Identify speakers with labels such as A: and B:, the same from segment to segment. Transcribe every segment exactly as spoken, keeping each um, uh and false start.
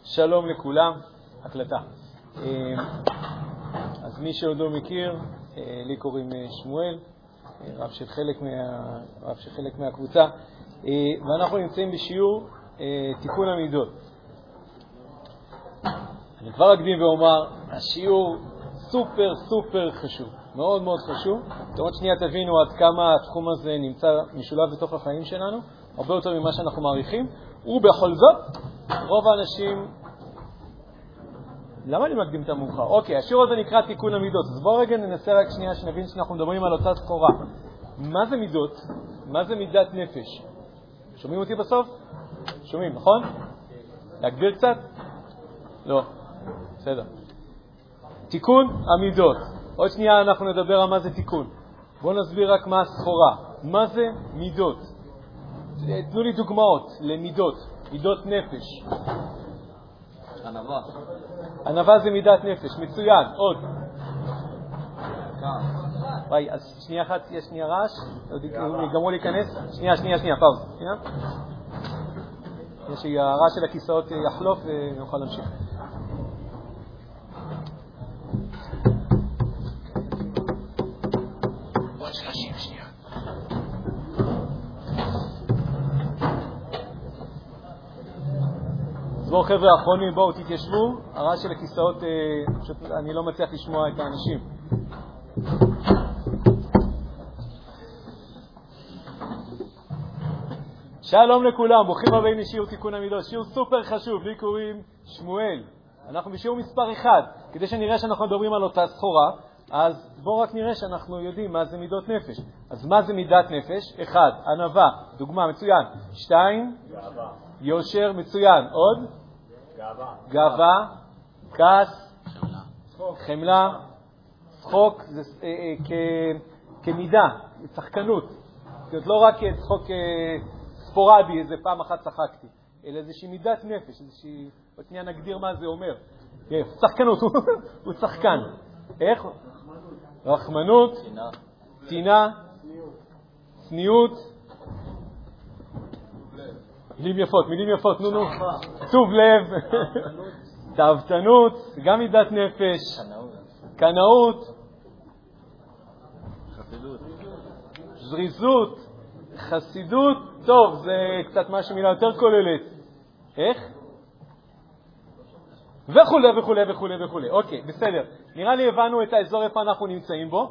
A: שלום לכולם, הקלטה. אז מי שעוד לא מכיר, לי קוראים שמואל, רב של חלק מה, רב של חלק מהקבוצה, ואנחנו נמצאים בשיעור תיקון המידות. אני כבר אקדים ואומר, השיעור סופר סופר חשוב, מאוד מאוד חשוב. עוד שנייה תבינו עד כמה התחום הזה נמצא משולב בתוך החיים שלנו, הרבה יותר ממה שאנחנו מעריכים, ובכל זאת, רוב האנשים... למה אני מקדים את המאוחר? אוקיי, השיעור הזה נקרא תיקון המידות. אז בואו רגע ננסה רק שנייה שנבין שאנחנו מדברים על אותה סחורה. מה זה מידות? מה זה מידת נפש? שומעים אותי בסוף? שומעים, נכון? להגביר קצת? לא. בסדר. תיקון המידות. עוד שנייה אנחנו נדבר על מה זה תיקון. בואו נסביר רק מה הסחורה. מה זה מידות? תנו לי דוגמאות למידות. מידות נפש.
B: ענווה.
A: ענווה זה מידת נפש. מצוין. עוד. וואי, אז שנייה אחת, יש שנייה רעש. גמרו להיכנס. שנייה, שנייה, שנייה. פאוז. שנייה. יש הרעש של הכיסאות יחלוף ונוכל להמשיך. בואו חבר'ה האחרונים, בואו תתיישבו. הרעש של הכיסאות, פשוט אני לא מצליח לשמוע את האנשים. שלום לכולם, ברוכים הבאים לשיעור תיקון המידות. שיעור סופר חשוב, לי קוראים שמואל. אנחנו בשיעור מספר אחד. כדי שנראה שאנחנו מדברים על אותה סחורה, אז בואו רק נראה שאנחנו יודעים מה זה מידות נפש. אז מה זה מידת נפש? אחד, ענווה, דוגמה, מצוין. שתיים,
B: גאווה.
A: יושר, מצוין. עוד?
B: גאווה.
A: גאווה, כעס,
B: צחוק.
A: חמלה, צחוק, זה אה, אה, כ, כמידה, צחקנות. זאת לא רק צחוק אה, ספורדי, איזה פעם אחת צחקתי, אלא איזושהי מידת נפש, איזושהי, עוד שנייה נגדיר מה זה אומר. צחקנות, הוא צחקן. איך? רחמנות, תינה, צניעות, מילים יפות, מילים יפות, נו נו, טוב לב, תאוותנות, גם מידת נפש, קנאות, זריזות, חסידות, טוב, זה קצת משהו מילה יותר כוללת. איך? וכו' וכו' וכו' וכו'. אוקיי, בסדר. נראה לי הבנו את האזור איפה אנחנו נמצאים בו.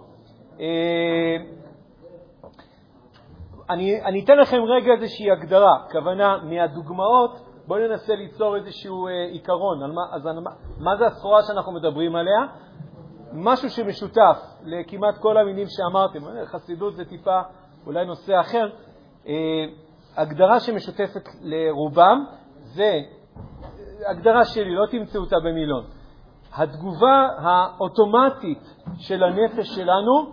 A: אני, אני אתן לכם רגע איזושהי הגדרה, כוונה מהדוגמאות, בואו ננסה ליצור איזשהו אה, עיקרון. על מה, אז על מה, מה זה הסחורה שאנחנו מדברים עליה? משהו שמשותף לכמעט כל המינים שאמרתם. חסידות זה טיפה אולי נושא אחר. אה, הגדרה שמשותפת לרובם זה, הגדרה שלי, לא תמצאו אותה במילון. התגובה האוטומטית של הנפש שלנו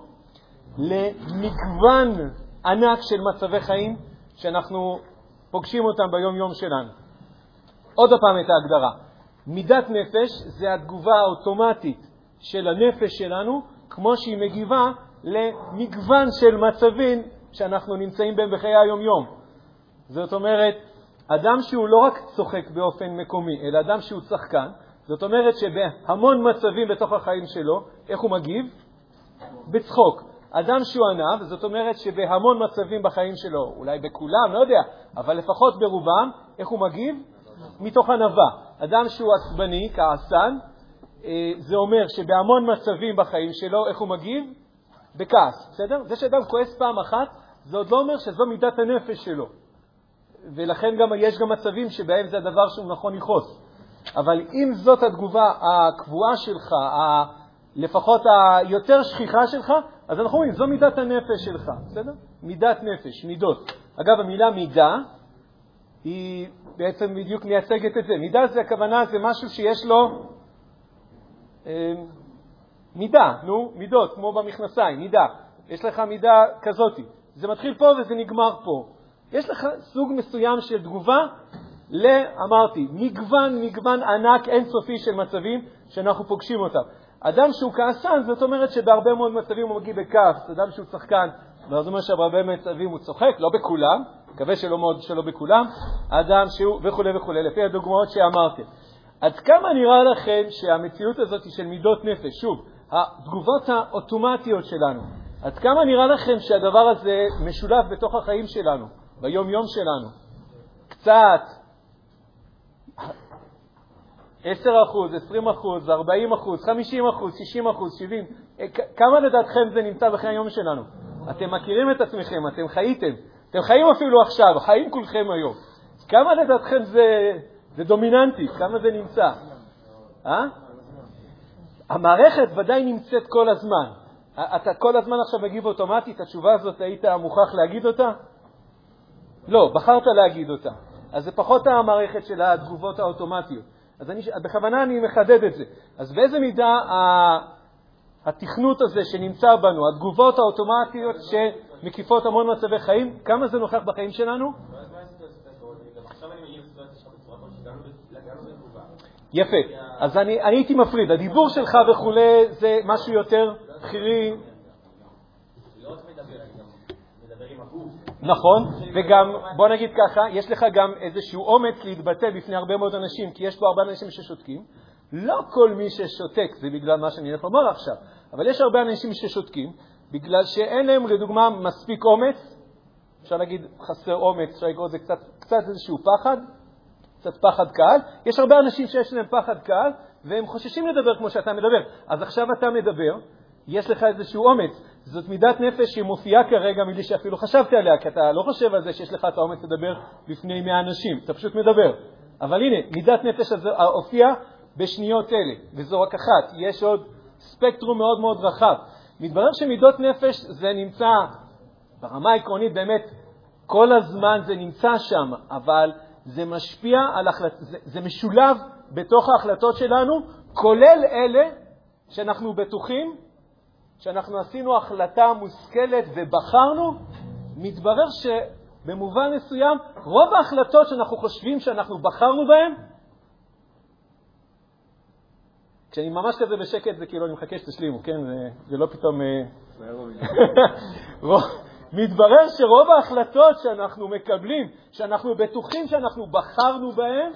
A: למגוון ענק של מצבי חיים שאנחנו פוגשים אותם ביום יום שלנו. עוד פעם את ההגדרה. מידת נפש זה התגובה האוטומטית של הנפש שלנו, כמו שהיא מגיבה למגוון של מצבים שאנחנו נמצאים בהם בחיי היום יום. זאת אומרת, אדם שהוא לא רק צוחק באופן מקומי, אלא אדם שהוא צחקן, זאת אומרת שבהמון מצבים בתוך החיים שלו, איך הוא מגיב? בצחוק. אדם שהוא ענב, זאת אומרת שבהמון מצבים בחיים שלו, אולי בכולם, לא יודע, אבל לפחות ברובם, איך הוא מגיב? מתוך ענווה. אדם שהוא עצבני, כעסן, זה אומר שבהמון מצבים בחיים שלו, איך הוא מגיב? בכעס, בסדר? זה שאדם כועס פעם אחת, זה עוד לא אומר שזו מידת הנפש שלו. ולכן גם, יש גם מצבים שבהם זה הדבר שהוא נכון לכעוס. אבל אם זאת התגובה הקבועה שלך, ה... לפחות היותר שכיחה שלך, אז אנחנו רואים, זו מידת הנפש שלך, בסדר? מידת נפש, מידות. אגב, המילה מידה היא בעצם בדיוק מייצגת את זה. מידה זה הכוונה, זה משהו שיש לו אה, מידה, נו, מידות, כמו במכנסיים, מידה. יש לך מידה כזאת. זה מתחיל פה וזה נגמר פה. יש לך סוג מסוים של תגובה ל, אמרתי, מגוון, מגוון ענק אינסופי של מצבים שאנחנו פוגשים אותם. אדם שהוא כעסן, זאת אומרת שבהרבה מאוד מצבים הוא מגיע בכעס. אדם שהוא צחקן, זאת אומרת שבהרבה מצבים הוא צוחק, לא בכולם, מקווה שלא מאוד שלא בכולם. אדם שהוא וכו' וכו', לפי הדוגמאות שאמרתי. עד כמה נראה לכם שהמציאות הזאת של מידות נפש, שוב, התגובות האוטומטיות שלנו, עד כמה נראה לכם שהדבר הזה משולב בתוך החיים שלנו, ביום-יום שלנו? קצת, עשרה אחוז, עשרים אחוז, ארבעים אחוז, חמישים אחוז, שישים אחוז, שבעים, כמה לדעתכם זה נמצא בחיי היום שלנו? אתם מכירים את עצמכם, אתם חייתם, אתם חיים אפילו עכשיו, חיים כולכם היום. כמה לדעתכם זה, זה דומיננטי, כמה זה נמצא? אה? המערכת ודאי נמצאת כל הזמן. אתה כל הזמן עכשיו מגיב אוטומטית, התשובה הזאת היית מוכרח להגיד אותה? לא, בחרת להגיד אותה. אז זה פחות המערכת של התגובות האוטומטיות. אז אני, בכוונה אני מחדד את זה. אז באיזה מידה התכנות הזה שנמצא בנו, התגובות האוטומטיות שמקיפות המון מצבי חיים, כמה זה נוכח בחיים שלנו? יפה. אז אני, אני הייתי מפריד. הדיבור שלך וכולי זה משהו יותר בחירי. נכון, וגם, בוא נגיד ככה, יש לך גם איזשהו אומץ להתבטא בפני הרבה מאוד אנשים, כי יש פה הרבה אנשים ששותקים. לא כל מי ששותק זה בגלל מה שאני הולך לומר עכשיו, אבל יש הרבה אנשים ששותקים, בגלל שאין להם, לדוגמה, מספיק אומץ, אפשר להגיד חסר אומץ, אפשר לקרוא את זה קצת, קצת איזשהו פחד, קצת פחד קהל. יש הרבה אנשים שיש להם פחד קהל, והם חוששים לדבר כמו שאתה מדבר. אז עכשיו אתה מדבר, יש לך איזשהו אומץ. זאת מידת נפש שמופיעה כרגע מלי שאפילו חשבתי עליה, כי אתה לא חושב על זה שיש לך את האומץ לדבר בפני מאה אנשים, אתה פשוט מדבר. אבל הנה, מידת נפש הופיעה בשניות אלה, וזו רק אחת. יש עוד ספקטרום מאוד מאוד רחב. מתברר שמידות נפש זה נמצא, ברמה העקרונית באמת, כל הזמן זה נמצא שם, אבל זה משפיע על החלט... זה, זה משולב בתוך ההחלטות שלנו, כולל אלה שאנחנו בטוחים, שאנחנו עשינו החלטה מושכלת ובחרנו. מתברר שבמובן מסוים, רוב ההחלטות שאנחנו חושבים שאנחנו בחרנו בהן, כשאני ממש כזה בשקט זה כאילו אני מחכה שתשלימו, כן? זה, זה לא פתאום... מתברר שרוב ההחלטות שאנחנו מקבלים, שאנחנו בטוחים שאנחנו בחרנו בהן,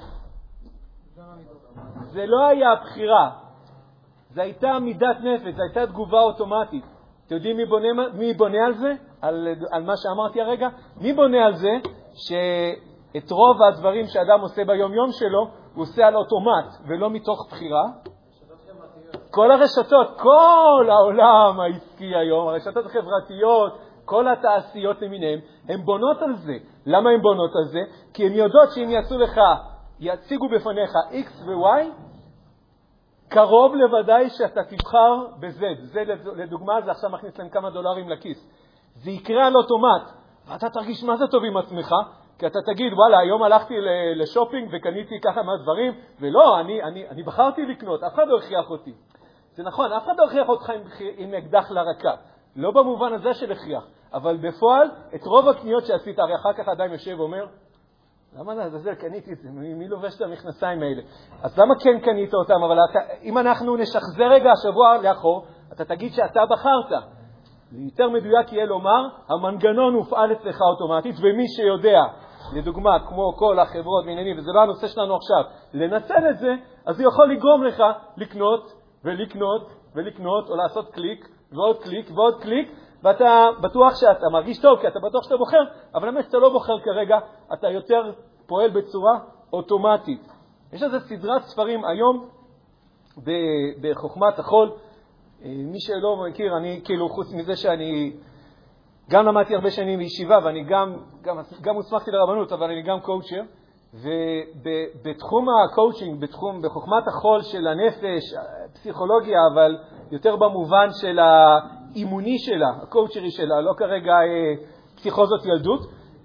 A: זה לא היה הבחירה. זה הייתה מידת נפש, זה הייתה תגובה אוטומטית. אתם יודעים מי בונה, מי בונה על זה? על, על מה שאמרתי הרגע? מי בונה על זה שאת רוב הדברים שאדם עושה ביום-יום שלו, הוא עושה על אוטומט ולא מתוך בחירה? כל הרשתות, כל העולם העסקי היום, הרשתות החברתיות, כל התעשיות למיניהם, הן בונות על זה. למה הן בונות על זה? כי הן יודעות שאם יעשו לך, יציגו בפניך X ו-Y, קרוב לוודאי שאתה תבחר בזה. זה לדוגמה, זה עכשיו מכניס להם כמה דולרים לכיס. זה יקרה על אוטומט, ואתה תרגיש מה זה טוב עם עצמך, כי אתה תגיד, וואלה, היום הלכתי לשופינג וקניתי ככה מהדברים, ולא, אני, אני, אני בחרתי לקנות, אף אחד לא הכריח אותי. זה נכון, אף אחד לא הכריח אותך עם, עם אקדח לרקה. לא במובן הזה של הכריח, אבל בפועל, את רוב הקניות שעשית, הרי אחר כך אדם יושב ואומר, למה לעזאזל קניתי את זה? מי לובש את המכנסיים האלה? אז למה כן קנית אותם? אבל אתה, אם אנחנו נשחזר רגע השבוע לאחור, אתה תגיד שאתה בחרת. זה יותר מדויק יהיה לומר, המנגנון הופעל אצלך אוטומטית, ומי שיודע, לדוגמה, כמו כל החברות ועניינים, וזה לא הנושא שלנו עכשיו, לנצל את זה, אז הוא יכול לגרום לך לקנות ולקנות ולקנות, או לעשות קליק ועוד קליק ועוד קליק, ואתה בטוח שאתה מרגיש טוב, כי אתה בטוח שאתה בוחר, אבל באמת שאתה לא בוחר כרגע, אתה יותר פועל בצורה אוטומטית. יש איזו סדרת ספרים היום בחוכמת החול, מי שלא מכיר, אני כאילו חוץ מזה שאני גם למדתי הרבה שנים בישיבה, ואני גם, גם, גם הוסמכתי לרבנות, אבל אני גם קואוצ'ר, ובתחום הקואוצ'ינג, בתחום, בחוכמת החול של הנפש, פסיכולוגיה, אבל יותר במובן של האימוני שלה, הקואוצ'רי שלה, לא כרגע פסיכוזות ילדות,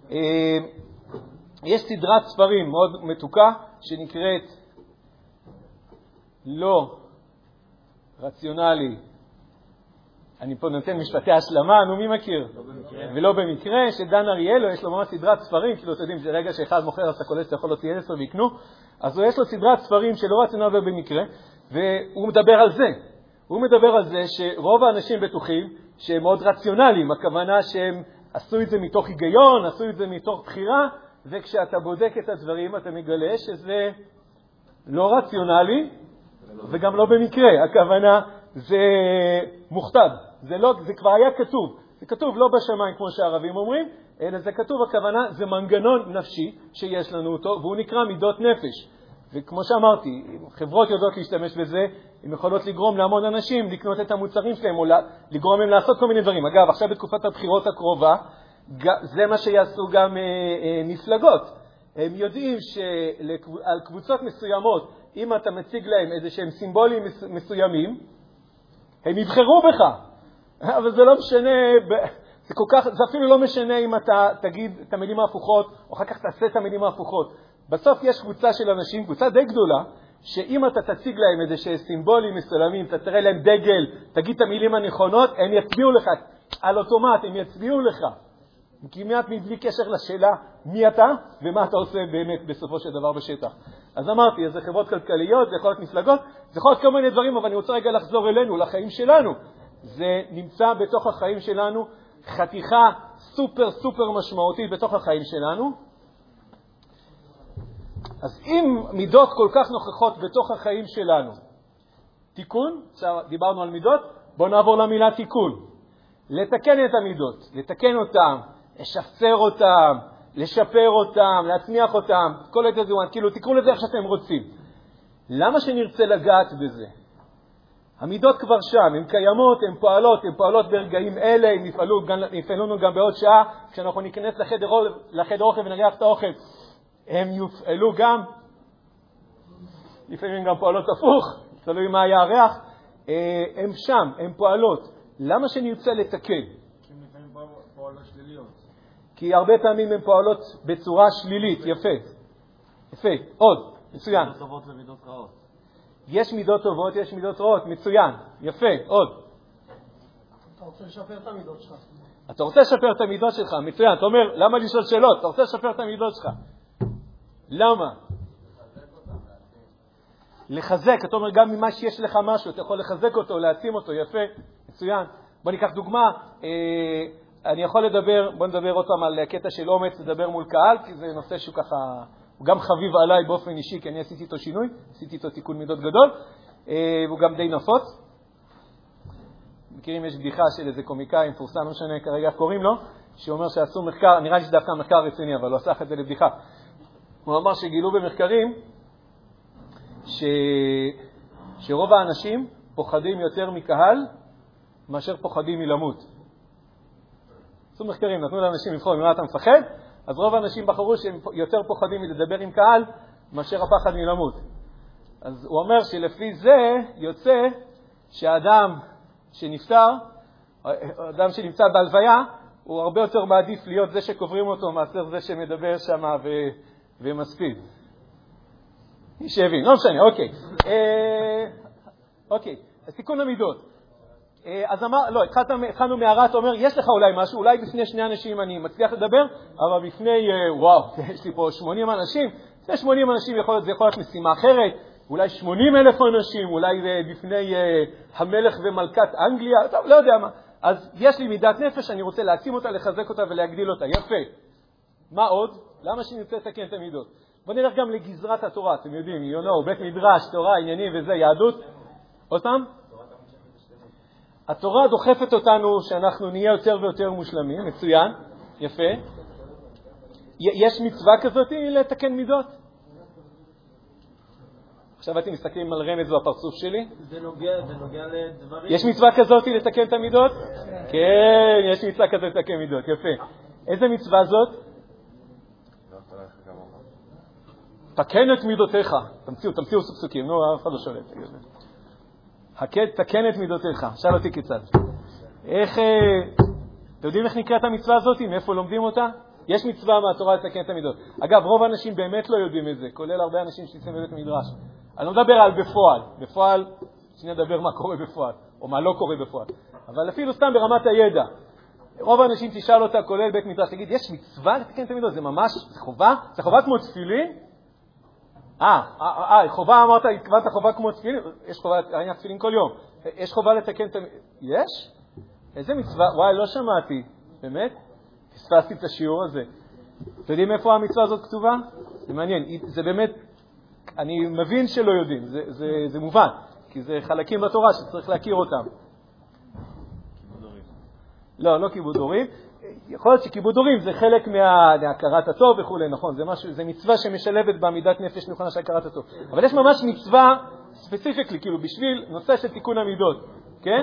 A: יש סדרת ספרים מאוד מתוקה, שנקראת לא רציונלי. אני פה נותן משפטי השלמה, נו מי מכיר? לא במקרה. ולא במקרה, שדן אריאלו, יש לו ממש סדרת ספרים, כאילו אתם יודעים, זה רגע שאחד מוכר אז אתה קולט שאתה יכול להוציא עשר ויקנו, אז יש לו סדרת ספרים שלא רציונלי ובמקרה, והוא מדבר על זה. הוא מדבר על זה שרוב האנשים בטוחים שהם מאוד רציונליים, הכוונה שהם עשו את זה מתוך היגיון, עשו את זה מתוך בחירה, וכשאתה בודק את הדברים אתה מגלה שזה לא רציונלי וגם לא במקרה. הכוונה זה מוכתב. זה, לא, זה כבר היה כתוב. זה כתוב לא בשמיים כמו שהערבים אומרים, אלא זה כתוב, הכוונה זה מנגנון נפשי שיש לנו אותו, והוא נקרא מידות נפש. וכמו שאמרתי, חברות יודעות להשתמש בזה, הן יכולות לגרום להמון אנשים לקנות את המוצרים שלהם, או לגרום להם לעשות כל מיני דברים. אגב, עכשיו בתקופת הבחירות הקרובה, זה מה שיעשו גם אה, אה, מפלגות. הם יודעים שעל קבוצות מסוימות, אם אתה מציג להם איזה שהם סימבולים מסוימים, הם יבחרו בך. אבל זה לא משנה, זה, כל כך, זה אפילו לא משנה אם אתה תגיד את המילים ההפוכות, או אחר כך תעשה את המילים ההפוכות. בסוף יש קבוצה של אנשים, קבוצה די גדולה, שאם אתה תציג להם איזה שהם סימבולים מסוימים, אתה תראה להם דגל, תגיד את המילים הנכונות, הם יצביעו לך על אוטומט, הם יצביעו לך. כמעט מבלי קשר לשאלה מי אתה ומה אתה עושה באמת בסופו של דבר בשטח. אז אמרתי, זה חברות כלכליות, זה יכול להיות מפלגות, זה יכול להיות כל מיני דברים, אבל אני רוצה רגע לחזור אלינו, לחיים שלנו. זה נמצא בתוך החיים שלנו, חתיכה סופר סופר משמעותית בתוך החיים שלנו. אז אם מידות כל כך נוכחות בתוך החיים שלנו, תיקון, דיברנו על מידות, בואו נעבור למילה תיקון. לתקן את המידות, לתקן אותם, לשפצר אותם, לשפר אותם, להצמיח אותם, כל את זה, כאילו תקראו לזה איך שאתם רוצים. למה שנרצה לגעת בזה? המידות כבר שם, הן קיימות, הן פועלות, הן פועלות ברגעים אלה, הן יפעלו, יפעלו גם בעוד שעה, כשאנחנו ניכנס לחדר, לחדר אוכל ונריח את האוכל, הן יפעלו גם, לפעמים גם פועלות הפוך, תלוי מה היה הריח, הן שם, הן פועלות. למה שנרצה לתקן?
B: לפעמים פועלות שליליות.
A: כי הרבה פעמים הן פועלות בצורה שלילית, יפה. יפה, עוד, מצוין.
B: מידות טובות ומידות רעות.
A: יש מידות טובות, יש מידות רעות, מצוין, יפה, עוד.
C: אתה רוצה לשפר את המידות שלך.
A: אתה רוצה לשפר את המידות שלך, מצוין. אתה אומר, למה לשאול שאלות? אתה רוצה לשפר את המידות שלך. למה? לחזק, אתה אומר, גם ממה שיש לך משהו, אתה יכול לחזק אותו, להעצים אותו, יפה, מצוין. בוא ניקח דוגמה, אה, אני יכול לדבר, בוא נדבר עוד פעם על קטע של אומץ, לדבר מול קהל, כי זה נושא שהוא ככה, הוא גם חביב עליי באופן אישי, כי אני עשיתי איתו שינוי, עשיתי איתו תיקון מידות גדול, אה, והוא גם די נפוץ. מכירים, יש בדיחה של איזה קומיקאי, מפורסם, לא משנה כרגע איך קוראים לו, שאומר שעשו מחקר, נראה לי שדווקא מחקר רציני, אבל הוא עשה את זה לבדיחה. הוא אמר שגילו במחקרים ש... שרוב האנשים פוחדים יותר מקהל מאשר פוחדים מלמות. עשו מחקרים, נתנו לאנשים לבחור ממה אתה מפחד, אז רוב האנשים בחרו שהם יותר פוחדים מלדבר עם קהל מאשר הפחד מלמות. אז הוא אומר שלפי זה יוצא שהאדם שנפטר, אדם שנמצא בהלוויה, הוא הרבה יותר מעדיף להיות זה שקוברים אותו מאשר זה שמדבר שם ו... ומספיד. מי שהבין, לא משנה, אוקיי. אוקיי, אז תיקון המידות. אז אמר, לא, התחלנו מהרע, אתה אומר, יש לך אולי משהו, אולי בפני שני אנשים אני מצליח לדבר, אבל בפני, וואו, יש לי פה שמונים אנשים, לפני שמונים אנשים יכול להיות, זה יכול להיות משימה אחרת, אולי שמונים אלף אנשים, אולי בפני המלך ומלכת אנגליה, טוב, לא יודע מה. אז יש לי מידת נפש, אני רוצה להעצים אותה, לחזק אותה ולהגדיל אותה. יפה. מה עוד? למה שנרצה לתקן את המידות? בוא נלך גם לגזרת התורה, אתם יודעים, יונו, בית מדרש, תורה, עניינים וזה, יהדות. עוד פעם? התורה דוחפת אותנו שאנחנו נהיה יותר ויותר מושלמים, מצוין, יפה. יש מצווה כזאת לתקן מידות? עכשיו אתם מסתכלים על רמז בפרצוף שלי.
B: זה נוגע, זה נוגע לדברים.
A: יש מצווה כזאת לתקן את המידות? כן, יש מצווה כזאת לתקן מידות, יפה. איזה מצווה זאת? תקן את מידותיך. תמציאו, תמציאו סופסוקים. נו, אף אחד לא שואל. תקן את מידותיך. שאל אותי כיצד. איך, אתם יודעים איך נקראת המצווה הזאת? מאיפה לומדים אותה? יש מצווה מהתורה לתקן את המידות. אגב, רוב האנשים באמת לא יודעים את זה, כולל הרבה אנשים שיוצאים בבית מדרש. אני לא מדבר על בפועל. בפועל, שנייה נדבר מה קורה בפועל, או מה לא קורה בפועל. אבל אפילו סתם ברמת הידע. רוב האנשים תשאל אותה, כולל בית מדרש, תגיד, יש מצווה לתקן את המידות? זה ממש, זה חובה? זה חובה כמו תפילין? אה, אה, חובה, אמרת, התכוונת חובה כמו תפילין? יש חובה, אני תפילין כל יום. יש חובה לתקן את המידות? יש? איזה מצווה? וואי, לא שמעתי. באמת? פספסתי את השיעור הזה. אתם יודעים איפה המצווה הזאת כתובה? זה מעניין. זה באמת אני מבין שלא יודעים, זה, זה, זה מובן, כי זה חלקים בתורה שצריך להכיר אותם.
B: כיבוד הורים.
A: לא, לא כיבוד הורים. יכול להיות שכיבוד הורים זה חלק מה, מהכרת הטוב וכו', נכון, זה, משהו, זה מצווה שמשלבת בעמידת נפש נכונה של הכרת הטוב. אבל יש ממש מצווה ספציפיקלי, כאילו בשביל נושא של תיקון המידות, כן?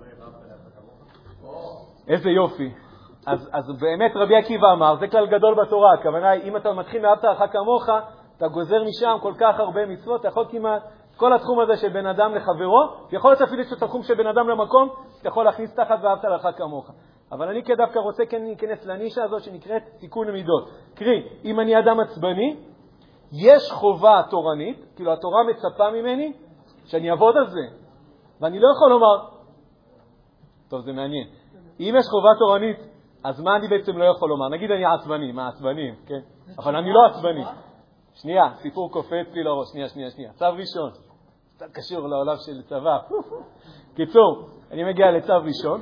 A: איזה יופי. אז, אז באמת רבי עקיבא אמר, זה כלל גדול בתורה, הכוונה היא, אם אתה מתחיל מאהבת לרעך כמוך, אתה גוזר משם כל כך הרבה מצוות, אתה יכול כמעט, כל התחום הזה של בן אדם לחברו, יכול להיות אפילו שאת התחום של בן אדם למקום, אתה יכול להכניס תחת ואהבת לרעך כמוך. אבל אני כדווקא רוצה כן להיכנס לנישה הזאת שנקראת תיקון המידות. קרי, אם אני אדם עצבני, יש חובה תורנית, כאילו התורה מצפה ממני שאני אעבוד על זה, ואני לא יכול לומר, טוב זה מעניין, אם יש חובה תורנית, אז מה אני בעצם לא יכול לומר? נגיד אני עצבני, מה עצבני, כן? אבל אני לא עצבני. שנייה, סיפור קופץ לי לראש, שנייה, שנייה, שנייה. צו ראשון, קצת קשור לעולם של צבא. קיצור, אני מגיע לצו ראשון,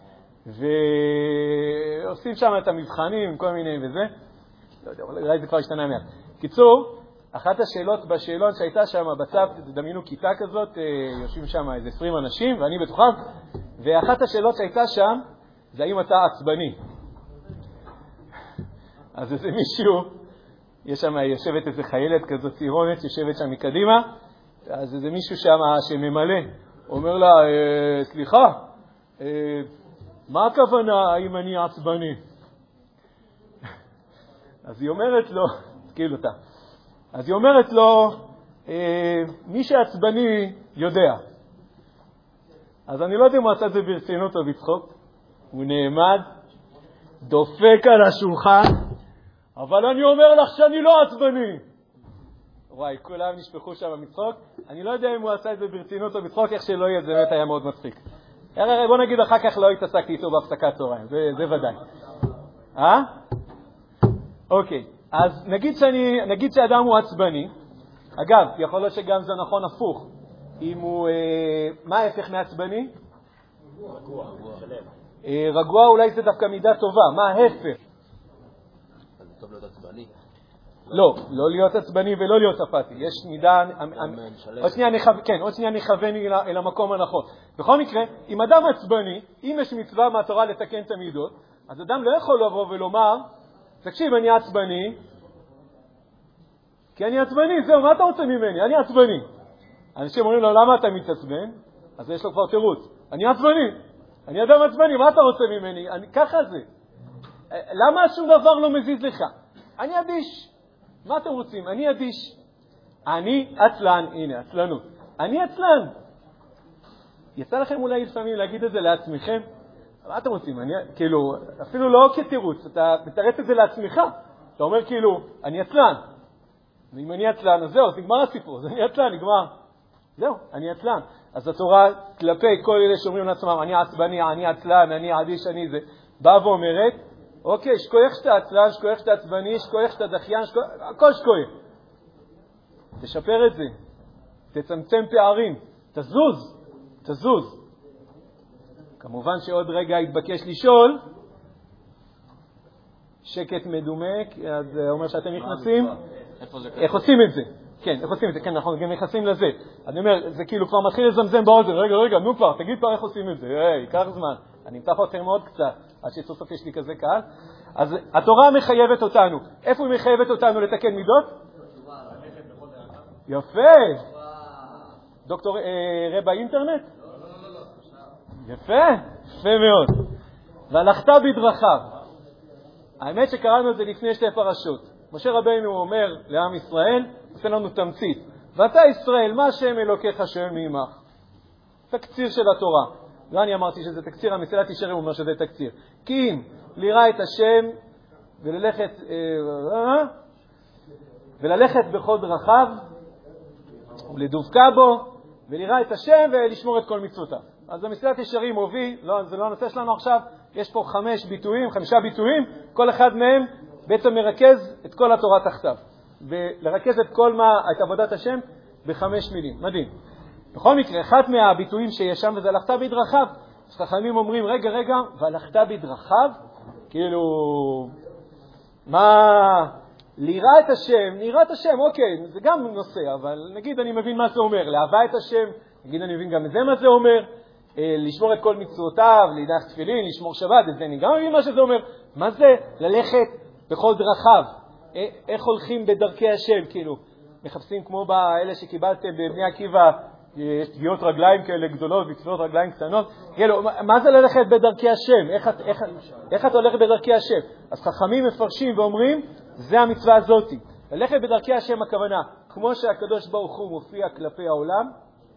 A: ועושים שם את המבחנים, כל מיני וזה. לא יודע, אולי זה כבר השתנה מעט. קיצור, אחת השאלות בשאלון שהייתה שם בצו, תדמיינו כיתה כזאת, יושבים שם איזה עשרים אנשים, ואני בתוכם, ואחת השאלות שהייתה שם, זה האם אתה עצבני. אז איזה מישהו, יש שם, יושבת איזה חיילת כזאת צירונת, יושבת שם מקדימה, אז איזה מישהו שם שממלא, אומר לה, אה, סליחה, אה, מה הכוונה האם אני עצבני? אז היא אומרת לו, תקיל אותה, אז היא אומרת לו, אה, מי שעצבני יודע. אז אני לא יודע אם הוא עשה את זה ברצינות או בצחוק, הוא נעמד, דופק על השולחן, אבל אני אומר לך שאני לא עצבני. וואי, כולם נשפכו שם מצחוק. אני לא יודע אם הוא עשה את זה ברצינות או בצחוק, איך שלא יהיה, זה באמת היה מאוד מצחיק. בוא נגיד, אחר כך לא התעסקתי איתו בהפסקת צהריים, זה, זה ודאי. אה? אוקיי, אז נגיד, שאני, נגיד שאדם הוא עצבני, אגב, יכול להיות שגם זה נכון הפוך. אם הוא, אה, מה ההפך מעצבני?
B: רגוע, שלם.
A: אה, רגוע אולי זה דווקא מידה טובה, מה ההפך?
B: אז זה טוב להיות עצבני.
A: לא, לא להיות עצבני ולא להיות אפתי. יש מידה, עוד שנייה נכוון, כן, עוד שנייה נכוון אל המקום הנכון. בכל מקרה, אם אדם עצבני, אם יש מצווה מהתורה לתקן את המידות, אז אדם לא יכול לבוא ולומר, תקשיב, אני עצבני, כי אני עצבני, זהו, מה אתה רוצה ממני? אני עצבני. אנשים אומרים לו, למה אתה מתעצבן? אז יש לו כבר תירוץ. אני עצבני, אני אדם עצבני, מה אתה רוצה ממני? אני, ככה זה. למה שום דבר לא מזיז לך? אני אדיש. מה אתם רוצים? אני אדיש. אני עצלן, הנה, עצלנות. אני עצלן. יצא לכם אולי לפעמים להגיד את זה לעצמכם? מה אתם רוצים? אני, כאילו, אפילו לא כתירוץ, אתה מתרץ את זה לעצמך. אתה אומר כאילו, אני עצלן. ואם אני עצלן, אז זהו, אז נגמר הסיפור. אז אני עצלן, נגמר. זהו, אני עצלן. אז התורה כלפי כל אלה שאומרים לעצמם, אני עצבני, אני עצלן, אני אדיש, אני זה, באה ואומרת, אוקיי, שכוח שאתה עצלן, שכוח שאתה עצבני, שכוח שאתה דחיין, שכוח... הכל שכוח. תשפר את זה. תצמצם פערים. תזוז. תזוז. כמובן שעוד רגע התבקש לשאול, שקט מדומק, אז זה אומר שאתם נכנסים. איך עושים את זה? כן, איך עושים את זה? כן, אנחנו גם נכנסים לזה. אני אומר, זה כאילו כבר מתחיל לזמזם באוזן. רגע, רגע, נו כבר, תגיד כבר איך עושים את זה. היי, ייקח זמן. אני אמתח אתכם מאוד קצת, עד שסוף סוף יש לי כזה קהל. אז התורה מחייבת אותנו. איפה היא מחייבת אותנו לתקן מידות? יפה. דוקטור רבע אינטרנט? יפה. יפה מאוד. והלכת בדרכיו. האמת שקראנו את זה לפני שתי פרשות. משה רבינו אומר לעם ישראל, עושה לנו תמצית. ואתה ישראל, מה השם אלוקיך שהם מעמך? תקציר של התורה. לא אני אמרתי שזה תקציר, המסילת ישרים אומר שזה תקציר. כי אם ליראה את השם וללכת, אה, וללכת בכל דרכיו ולדבקה בו וליראה את השם ולשמור את כל מצוותיו. אז המסילת ישרים הוביל, לא, זה לא הנושא שלנו עכשיו, יש פה חמש ביטויים, חמישה ביטויים, כל אחד מהם בעצם מרכז את כל התורה תחתיו. ולרכז את כל מה, את עבודת השם בחמש מילים. מדהים. בכל מקרה, אחד מהביטויים שיש שם, וזה הלכת בדרכיו. חכמים אומרים, רגע, רגע, והלכת בדרכיו? כאילו, מה, ליראה את השם, ליראה את השם, אוקיי, זה גם נושא, אבל נגיד אני מבין מה זה אומר, לאהבה את השם, נגיד אני מבין גם את זה מה זה אומר, לשמור את כל מצוותיו, להניח תפילין, לשמור שבת, את זה אני גם מבין מה שזה אומר. מה זה ללכת בכל דרכיו? איך הולכים בדרכי השם, כאילו? מחפשים כמו באלה שקיבלתם בבני עקיבא, יש תביעות רגליים כאלה גדולות ותביעות רגליים קטנות. כאילו, מה זה ללכת בדרכי השם? איך, איך, איך את הולכת בדרכי השם? אז חכמים מפרשים ואומרים, זה המצווה הזאת. ללכת בדרכי השם הכוונה, כמו שהקדוש ברוך הוא מופיע כלפי העולם,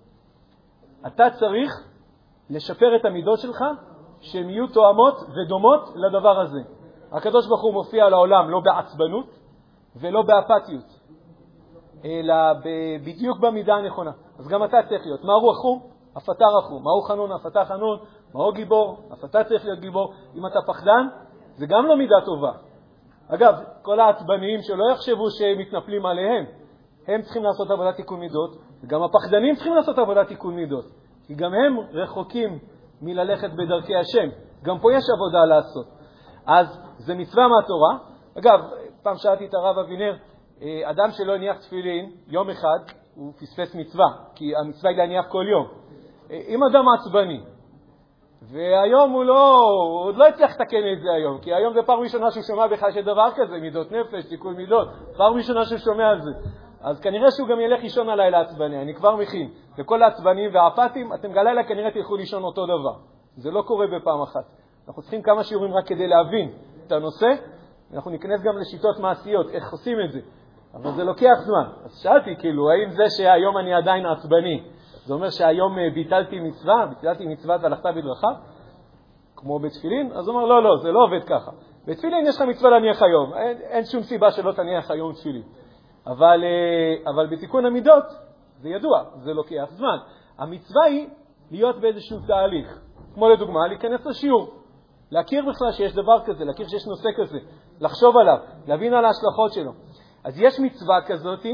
A: אתה צריך לשפר את המידות שלך, שהן יהיו תואמות ודומות לדבר הזה. הקדוש ברוך הוא מופיע לעולם לא בעצבנות ולא באפתיות, אלא בדיוק במידה הנכונה. אז גם אתה צריך להיות. מהו רחום? אף אתה רחום. מהו חנון? אף אתה חנון. מהו גיבור? אף אתה צריך להיות גיבור. אם אתה פחדן, זה גם לא מידה טובה. אגב, כל העצבניים שלא יחשבו שהם מתנפלים עליהם, הם צריכים לעשות עבודת תיקון מידות, וגם הפחדנים צריכים לעשות עבודת תיקון מידות. כי גם הם רחוקים מללכת בדרכי השם. גם פה יש עבודה לעשות. אז זה מצווה מהתורה. אגב, פעם שאלתי את הרב אבינר, אדם שלא הניח תפילין יום אחד, הוא פספס מצווה, כי המצווה היא להניח כל יום. אם אדם עצבני, והיום הוא לא, הוא עוד לא הצליח לתקן את זה היום, כי היום זה פעם ראשונה שהוא שומע בכלל שדבר כזה, מידות נפש, תיקון מידות, פעם ראשונה שהוא שומע על זה. אז כנראה שהוא גם ילך לישון הלילה עצבני, אני כבר מכין. וכל העצבנים והאפתים, אתם בלילה כנראה תלכו לישון אותו דבר. זה לא קורה בפעם אחת. אנחנו צריכים כמה שיעורים רק כדי להבין את הנושא, אנחנו ניכנס גם לשיטות מעשיות, איך עושים את זה. אבל זה לוקח זמן. אז שאלתי, כאילו, האם זה שהיום אני עדיין עצבני, זה אומר שהיום ביטלתי מצווה, ביטלתי מצוות והלכת בדרכיו, כמו בתפילין? אז הוא אומר, לא, לא, זה לא עובד ככה. בתפילין יש לך מצווה להניח היום, אין, אין שום סיבה שלא תניח היום תפילין. אבל, אבל בתיקון המידות, זה ידוע, זה לוקח זמן. המצווה היא להיות באיזשהו תהליך, כמו לדוגמה, להיכנס לשיעור, להכיר בכלל שיש דבר כזה, להכיר שיש נושא כזה, לחשוב עליו, להבין על ההשלכות שלו. אז יש מצווה כזאת,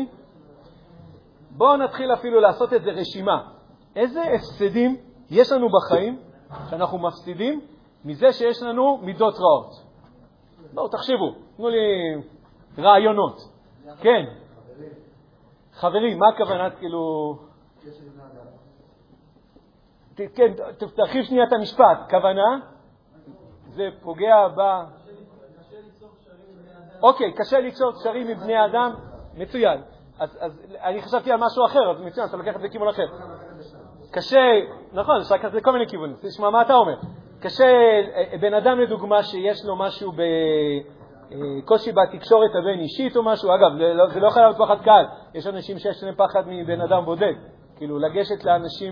A: בואו נתחיל אפילו לעשות את זה רשימה. איזה הפסדים יש לנו בחיים שאנחנו מפסידים מזה שיש לנו מידות רעות? בואו תחשבו, תנו לי רעיונות. כן. חברים, מה הכוונת כאילו... כן, תרחיב שנייה את המשפט. כוונה? זה פוגע ב... אוקיי, קשה ליצור קשרים עם בני אדם. מצוין. אז, אז אני חשבתי על משהו אחר, אז מצוין, אתה לוקח את זה כיוון אחר. קשה, נכון, אפשר לקחת את זה כל מיני כיוונים. תשמע, מה אתה אומר? קשה, בן אדם לדוגמה שיש לו משהו בקושי בתקשורת הבין אישית או משהו, אגב, זה לא יכול להיות פחד קהל. יש אנשים שיש להם פחד מבן אדם בודד. כאילו, לגשת לאנשים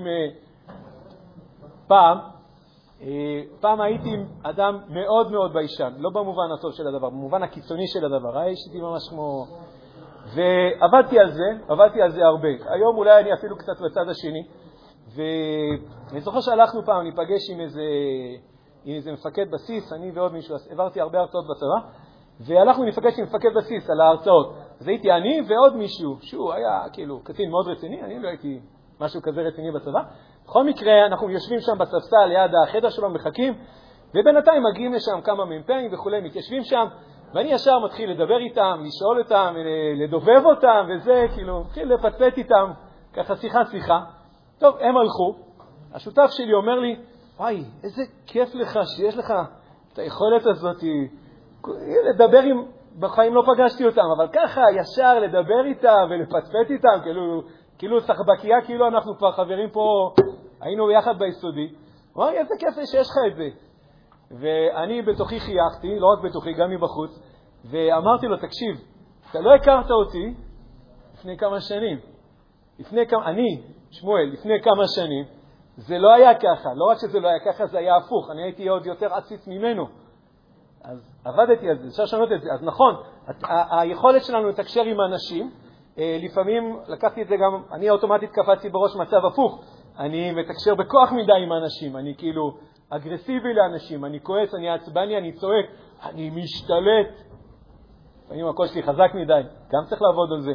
A: פעם, פעם הייתי עם אדם מאוד מאוד ביישן, לא במובן הטוב של הדבר, במובן הקיצוני של הדבר. הייתי ממש כמו... ועבדתי על זה, עבדתי על זה הרבה. היום אולי אני אפילו קצת בצד השני, ואני זוכר שהלכנו פעם, ניפגש עם איזה, עם איזה מפקד בסיס, אני ועוד מישהו, עברתי הרבה הרצאות בצבא, והלכנו ניפגש עם מפקד בסיס על ההרצאות. אז הייתי אני ועוד מישהו, שהוא היה כאילו קצין מאוד רציני, אני לא הייתי משהו כזה רציני בצבא. בכל מקרה, אנחנו יושבים שם בספסל ליד החדר שלנו, מחכים, ובינתיים מגיעים לשם כמה מ"פים וכולי, מתיישבים שם, ואני ישר מתחיל לדבר איתם, לשאול אותם, לדובב אותם, וזה, כאילו, מתחיל לפצפת איתם, ככה שיחה שיחה. טוב, הם הלכו. השותף שלי אומר לי, וואי, איזה כיף לך שיש לך את היכולת הזאת, לדבר עם, בחיים לא פגשתי אותם, אבל ככה ישר לדבר איתם ולפצפת איתם, כאילו, כאילו סחבקיה, כאילו אנחנו כבר חברים פה, היינו ביחד ביסודי. וואי, איזה כיף שיש לך את זה. ואני בתוכי חייכתי, לא רק בתוכי, גם מבחוץ, ואמרתי לו, תקשיב, אתה לא הכרת אותי לפני כמה שנים. לפני כמה, אני, שמואל, לפני כמה שנים, זה לא היה ככה. לא רק שזה לא היה ככה, זה היה הפוך. אני הייתי עוד יותר עציץ ממנו. אז עבדתי על זה, אפשר לשנות את זה. אז נכון, ה- היכולת שלנו לתקשר עם אנשים, לפעמים לקחתי את זה גם, אני אוטומטית קפצתי בראש מצב הפוך. אני מתקשר בכוח מדי עם אנשים, אני כאילו אגרסיבי לאנשים, אני כועס, אני עצבני, אני צועק, אני משתלט. לפעמים הקול שלי חזק מדי, גם צריך לעבוד על זה.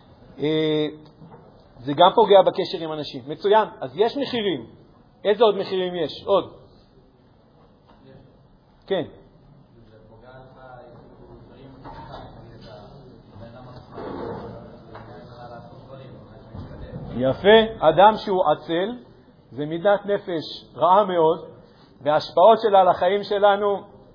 A: זה גם פוגע בקשר עם אנשים. מצוין, אז יש מחירים. איזה עוד מחירים יש? עוד. כן. יפה. אדם שהוא עצל, זה מידת נפש רעה מאוד, וההשפעות שלה על החיים שלנו,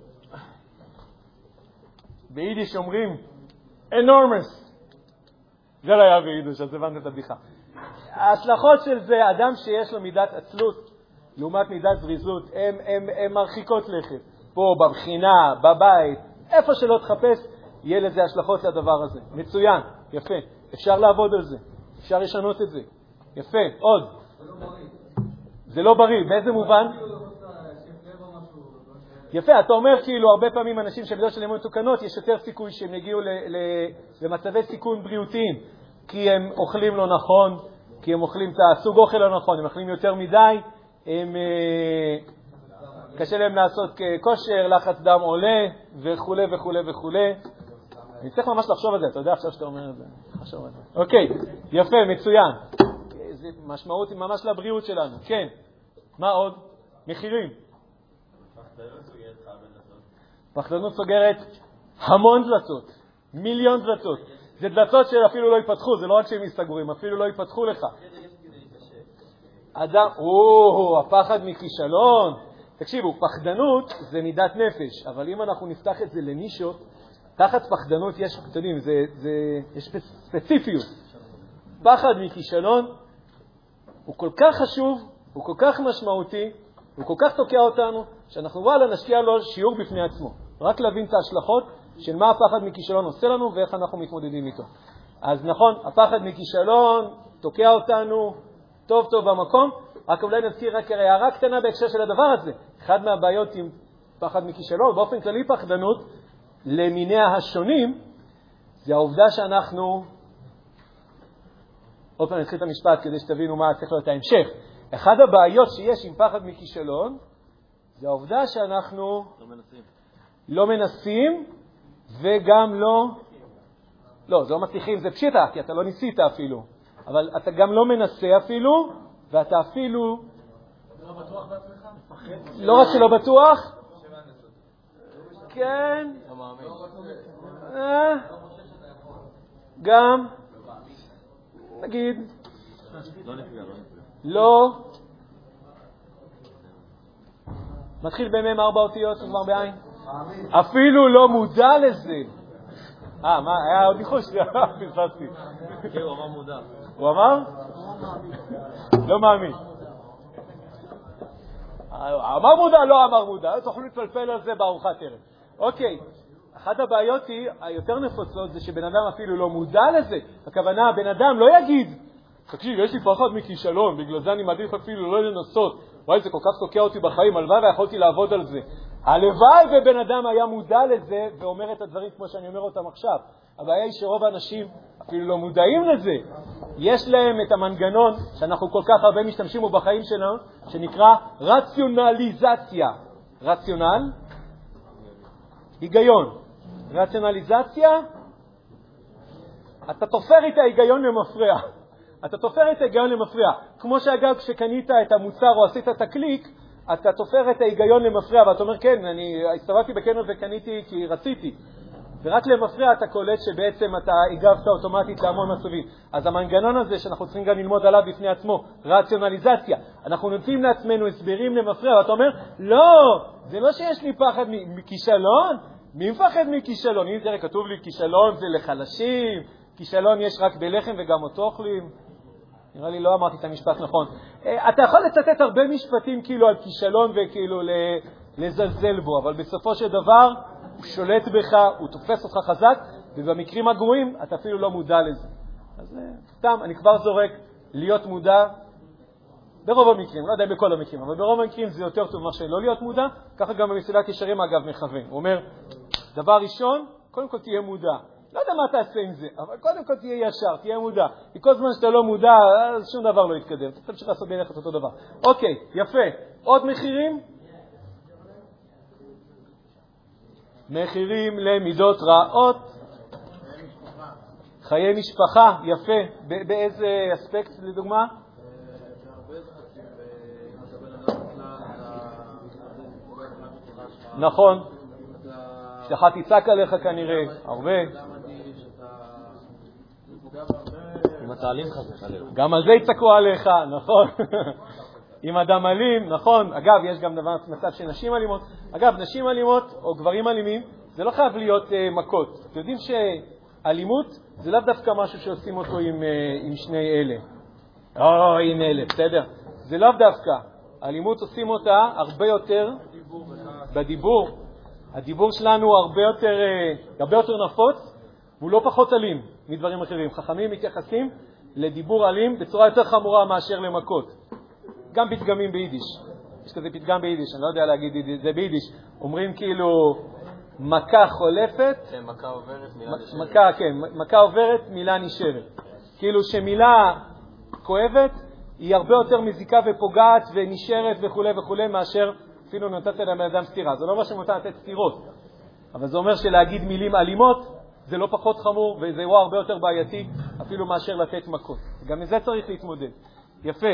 A: ביידיש אומרים, enormous. זה לא היה ביידיש, אז הבנת את הבדיחה. ההשלכות של זה, אדם שיש לו מידת עצלות, לעומת מידת זריזות, הן מרחיקות לכת. פה, בבחינה, בבית, איפה שלא תחפש, יהיה לזה השלכות לדבר הזה. מצוין, יפה. אפשר לעבוד על זה. אפשר לשנות את זה. יפה, עוד. זה לא בריא. זה לא בריא, באיזה מובן? יפה, אתה אומר כאילו הרבה פעמים אנשים שבדעות שלהם מתוקנות, יש יותר סיכוי שהם יגיעו למצבי סיכון בריאותיים, כי הם אוכלים לא נכון, כי הם אוכלים את הסוג אוכל לא נכון, הם אוכלים יותר מדי, הם, קשה להם לעשות כושר, לחץ דם עולה וכו' וכו' וכו'. אני צריך ממש לחשוב על זה, אתה יודע עכשיו שאתה אומר את זה. לחשוב על זה. אוקיי, יפה, מצוין. זה משמעות ממש לבריאות שלנו. כן. מה עוד? מחירים. פחדנות סוגרת המון דלתות, מיליון דלתות. זה דלתות שאפילו לא ייפתחו, זה לא רק שהם מסתגרים, אפילו לא ייפתחו לך. אדם, או, הפחד מכישלון. תקשיבו, פחדנות זה מידת נפש, אבל אם אנחנו נפתח את זה לנישות, תחת פחדנות יש, אתם יודעים, זה, זה, יש ספציפיות. פחד מכישלון הוא כל כך חשוב, הוא כל כך משמעותי, הוא כל כך תוקע אותנו, שאנחנו וואלה נשקיע לו שיעור בפני עצמו. רק להבין את ההשלכות של מה הפחד מכישלון עושה לנו ואיך אנחנו מתמודדים איתו. אז נכון, הפחד מכישלון תוקע אותנו טוב טוב במקום, רק אולי נזכיר רק הערה קטנה בהקשר של הדבר הזה. אחד מהבעיות עם פחד מכישלון, באופן כללי פחדנות, למיניה השונים, זה העובדה שאנחנו, עוד פעם נתחיל את המשפט כדי שתבינו מה צריך להיות ההמשך. אחד הבעיות שיש עם פחד מכישלון, זה העובדה שאנחנו
B: לא מנסים.
A: לא מנסים וגם לא, לא, זה לא מצליחים, זה פשיטה, כי אתה לא ניסית אפילו. אבל אתה גם לא מנסה אפילו, ואתה אפילו
C: לא בטוח בעצמך?
A: לא רק שלא בטוח, כן,
B: לא מאמין.
A: גם, נגיד,
B: לא נפגע, לא נפגע.
A: לא, מתחיל במם ארבע אותיות, נגמר בעין. אפילו לא מודע לזה. אה, מה, היה עוד ניחוש? פספסתי.
B: כן, הוא אמר מודע.
A: הוא אמר? לא מאמין. אמר מודע, לא אמר מודע. תוכלו להתפלפל על זה בארוחת ערב. אוקיי, אחת הבעיות היא, היותר נפוצות, זה שבן אדם אפילו לא מודע לזה. הכוונה, בן אדם לא יגיד, תקשיב, יש לי פחד מכישלון, בגלל זה אני מעדיף אפילו לא לנסות. וואי, זה כל כך תוקע אותי בחיים, הלוואי ויכולתי לעבוד על זה. הלוואי ובן אדם היה מודע לזה ואומר את הדברים כמו שאני אומר אותם עכשיו. הבעיה היא שרוב האנשים אפילו לא מודעים לזה. יש להם את המנגנון שאנחנו כל כך הרבה משתמשים בו בחיים שלנו, שנקרא רציונליזציה. רציונל? היגיון. רציונליזציה, אתה תופר את ההיגיון למפרע. אתה תופר את ההיגיון למפרע. כמו שאגב, כשקנית את המוצר או עשית את הקליק, אתה תופר את ההיגיון למפרע, ואתה אומר, כן, אני הסתובבתי בקניון וקניתי כי רציתי. ורק למפרע אתה קולט שבעצם אתה הגבת אוטומטית להמון מצבים. אז המנגנון הזה שאנחנו צריכים גם ללמוד עליו בפני עצמו, רציונליזציה. אנחנו נותנים לעצמנו הסברים למפרע, ואתה אומר, לא, זה לא שיש לי פחד מכישלון. מי מפחד מכישלון? אם תראה, כתוב לי, כישלון זה לחלשים, כישלון יש רק בלחם וגם אותו אוכלים. נראה לי לא אמרתי את המשפט נכון. אתה יכול לצטט הרבה משפטים כאילו על כישלון וכאילו לזלזל בו, אבל בסופו של דבר הוא שולט בך, הוא תופס אותך חזק, ובמקרים הגרועים אתה אפילו לא מודע לזה. אז סתם, אני כבר זורק להיות מודע ברוב המקרים, לא יודע בכל המקרים, אבל ברוב המקרים זה יותר טוב מה שלא להיות מודע. ככה גם במסילת ישרים אגב מכוון. הוא אומר, דבר ראשון, קודם כל תהיה מודע. לא יודע מה תעשה עם זה, אבל קודם כל תהיה ישר, תהיה מודע. כי כל זמן שאתה לא מודע, אז שום דבר לא יתקדם. אתה תמשיך לעשות בעיניך את אותו דבר. אוקיי, יפה. עוד מחירים? מחירים למידות רעות. חיי משפחה, יפה. באיזה אספקט לדוגמה? נכון. שאתה תצעק עליך כנראה, הרבה. אם
B: אתה אלים חס וחלילה.
A: גם על זה יצעקו עליך, נכון. אם אדם אלים, נכון. אגב, יש גם דבר מצב של נשים אלימות. אגב, נשים אלימות או גברים אלימים, זה לא חייב להיות uh, מכות. אתם יודעים שאלימות זה לאו דווקא משהו שעושים אותו עם, uh, עם שני אלה. או, עם אלה, בסדר? זה לאו דווקא. אלימות עושים אותה הרבה יותר בדיבור. הדיבור שלנו הוא הרבה יותר, uh, הרבה יותר נפוץ, והוא לא פחות אלים מדברים אחרים. חכמים מתייחסים לדיבור אלים בצורה יותר חמורה מאשר למכות. גם פתגמים ביידיש. יש כזה פתגם ביידיש, אני לא יודע להגיד את זה ביידיש. אומרים כאילו מכה חולפת.
B: כן, מכה עוברת, מילה נשארת.
A: מכה, כן, מכה עוברת, מילה נשארת. כאילו שמילה כואבת היא הרבה יותר מזיקה ופוגעת ונשארת וכו' וכו' מאשר אפילו נותנת לבן אדם סתירה. זה לא מה שמותר לתת סתירות. אבל זה אומר שלהגיד מילים אלימות זה לא פחות חמור וזה אירוע הרבה יותר בעייתי אפילו מאשר לתת מכות. גם מזה צריך להתמודד. יפה.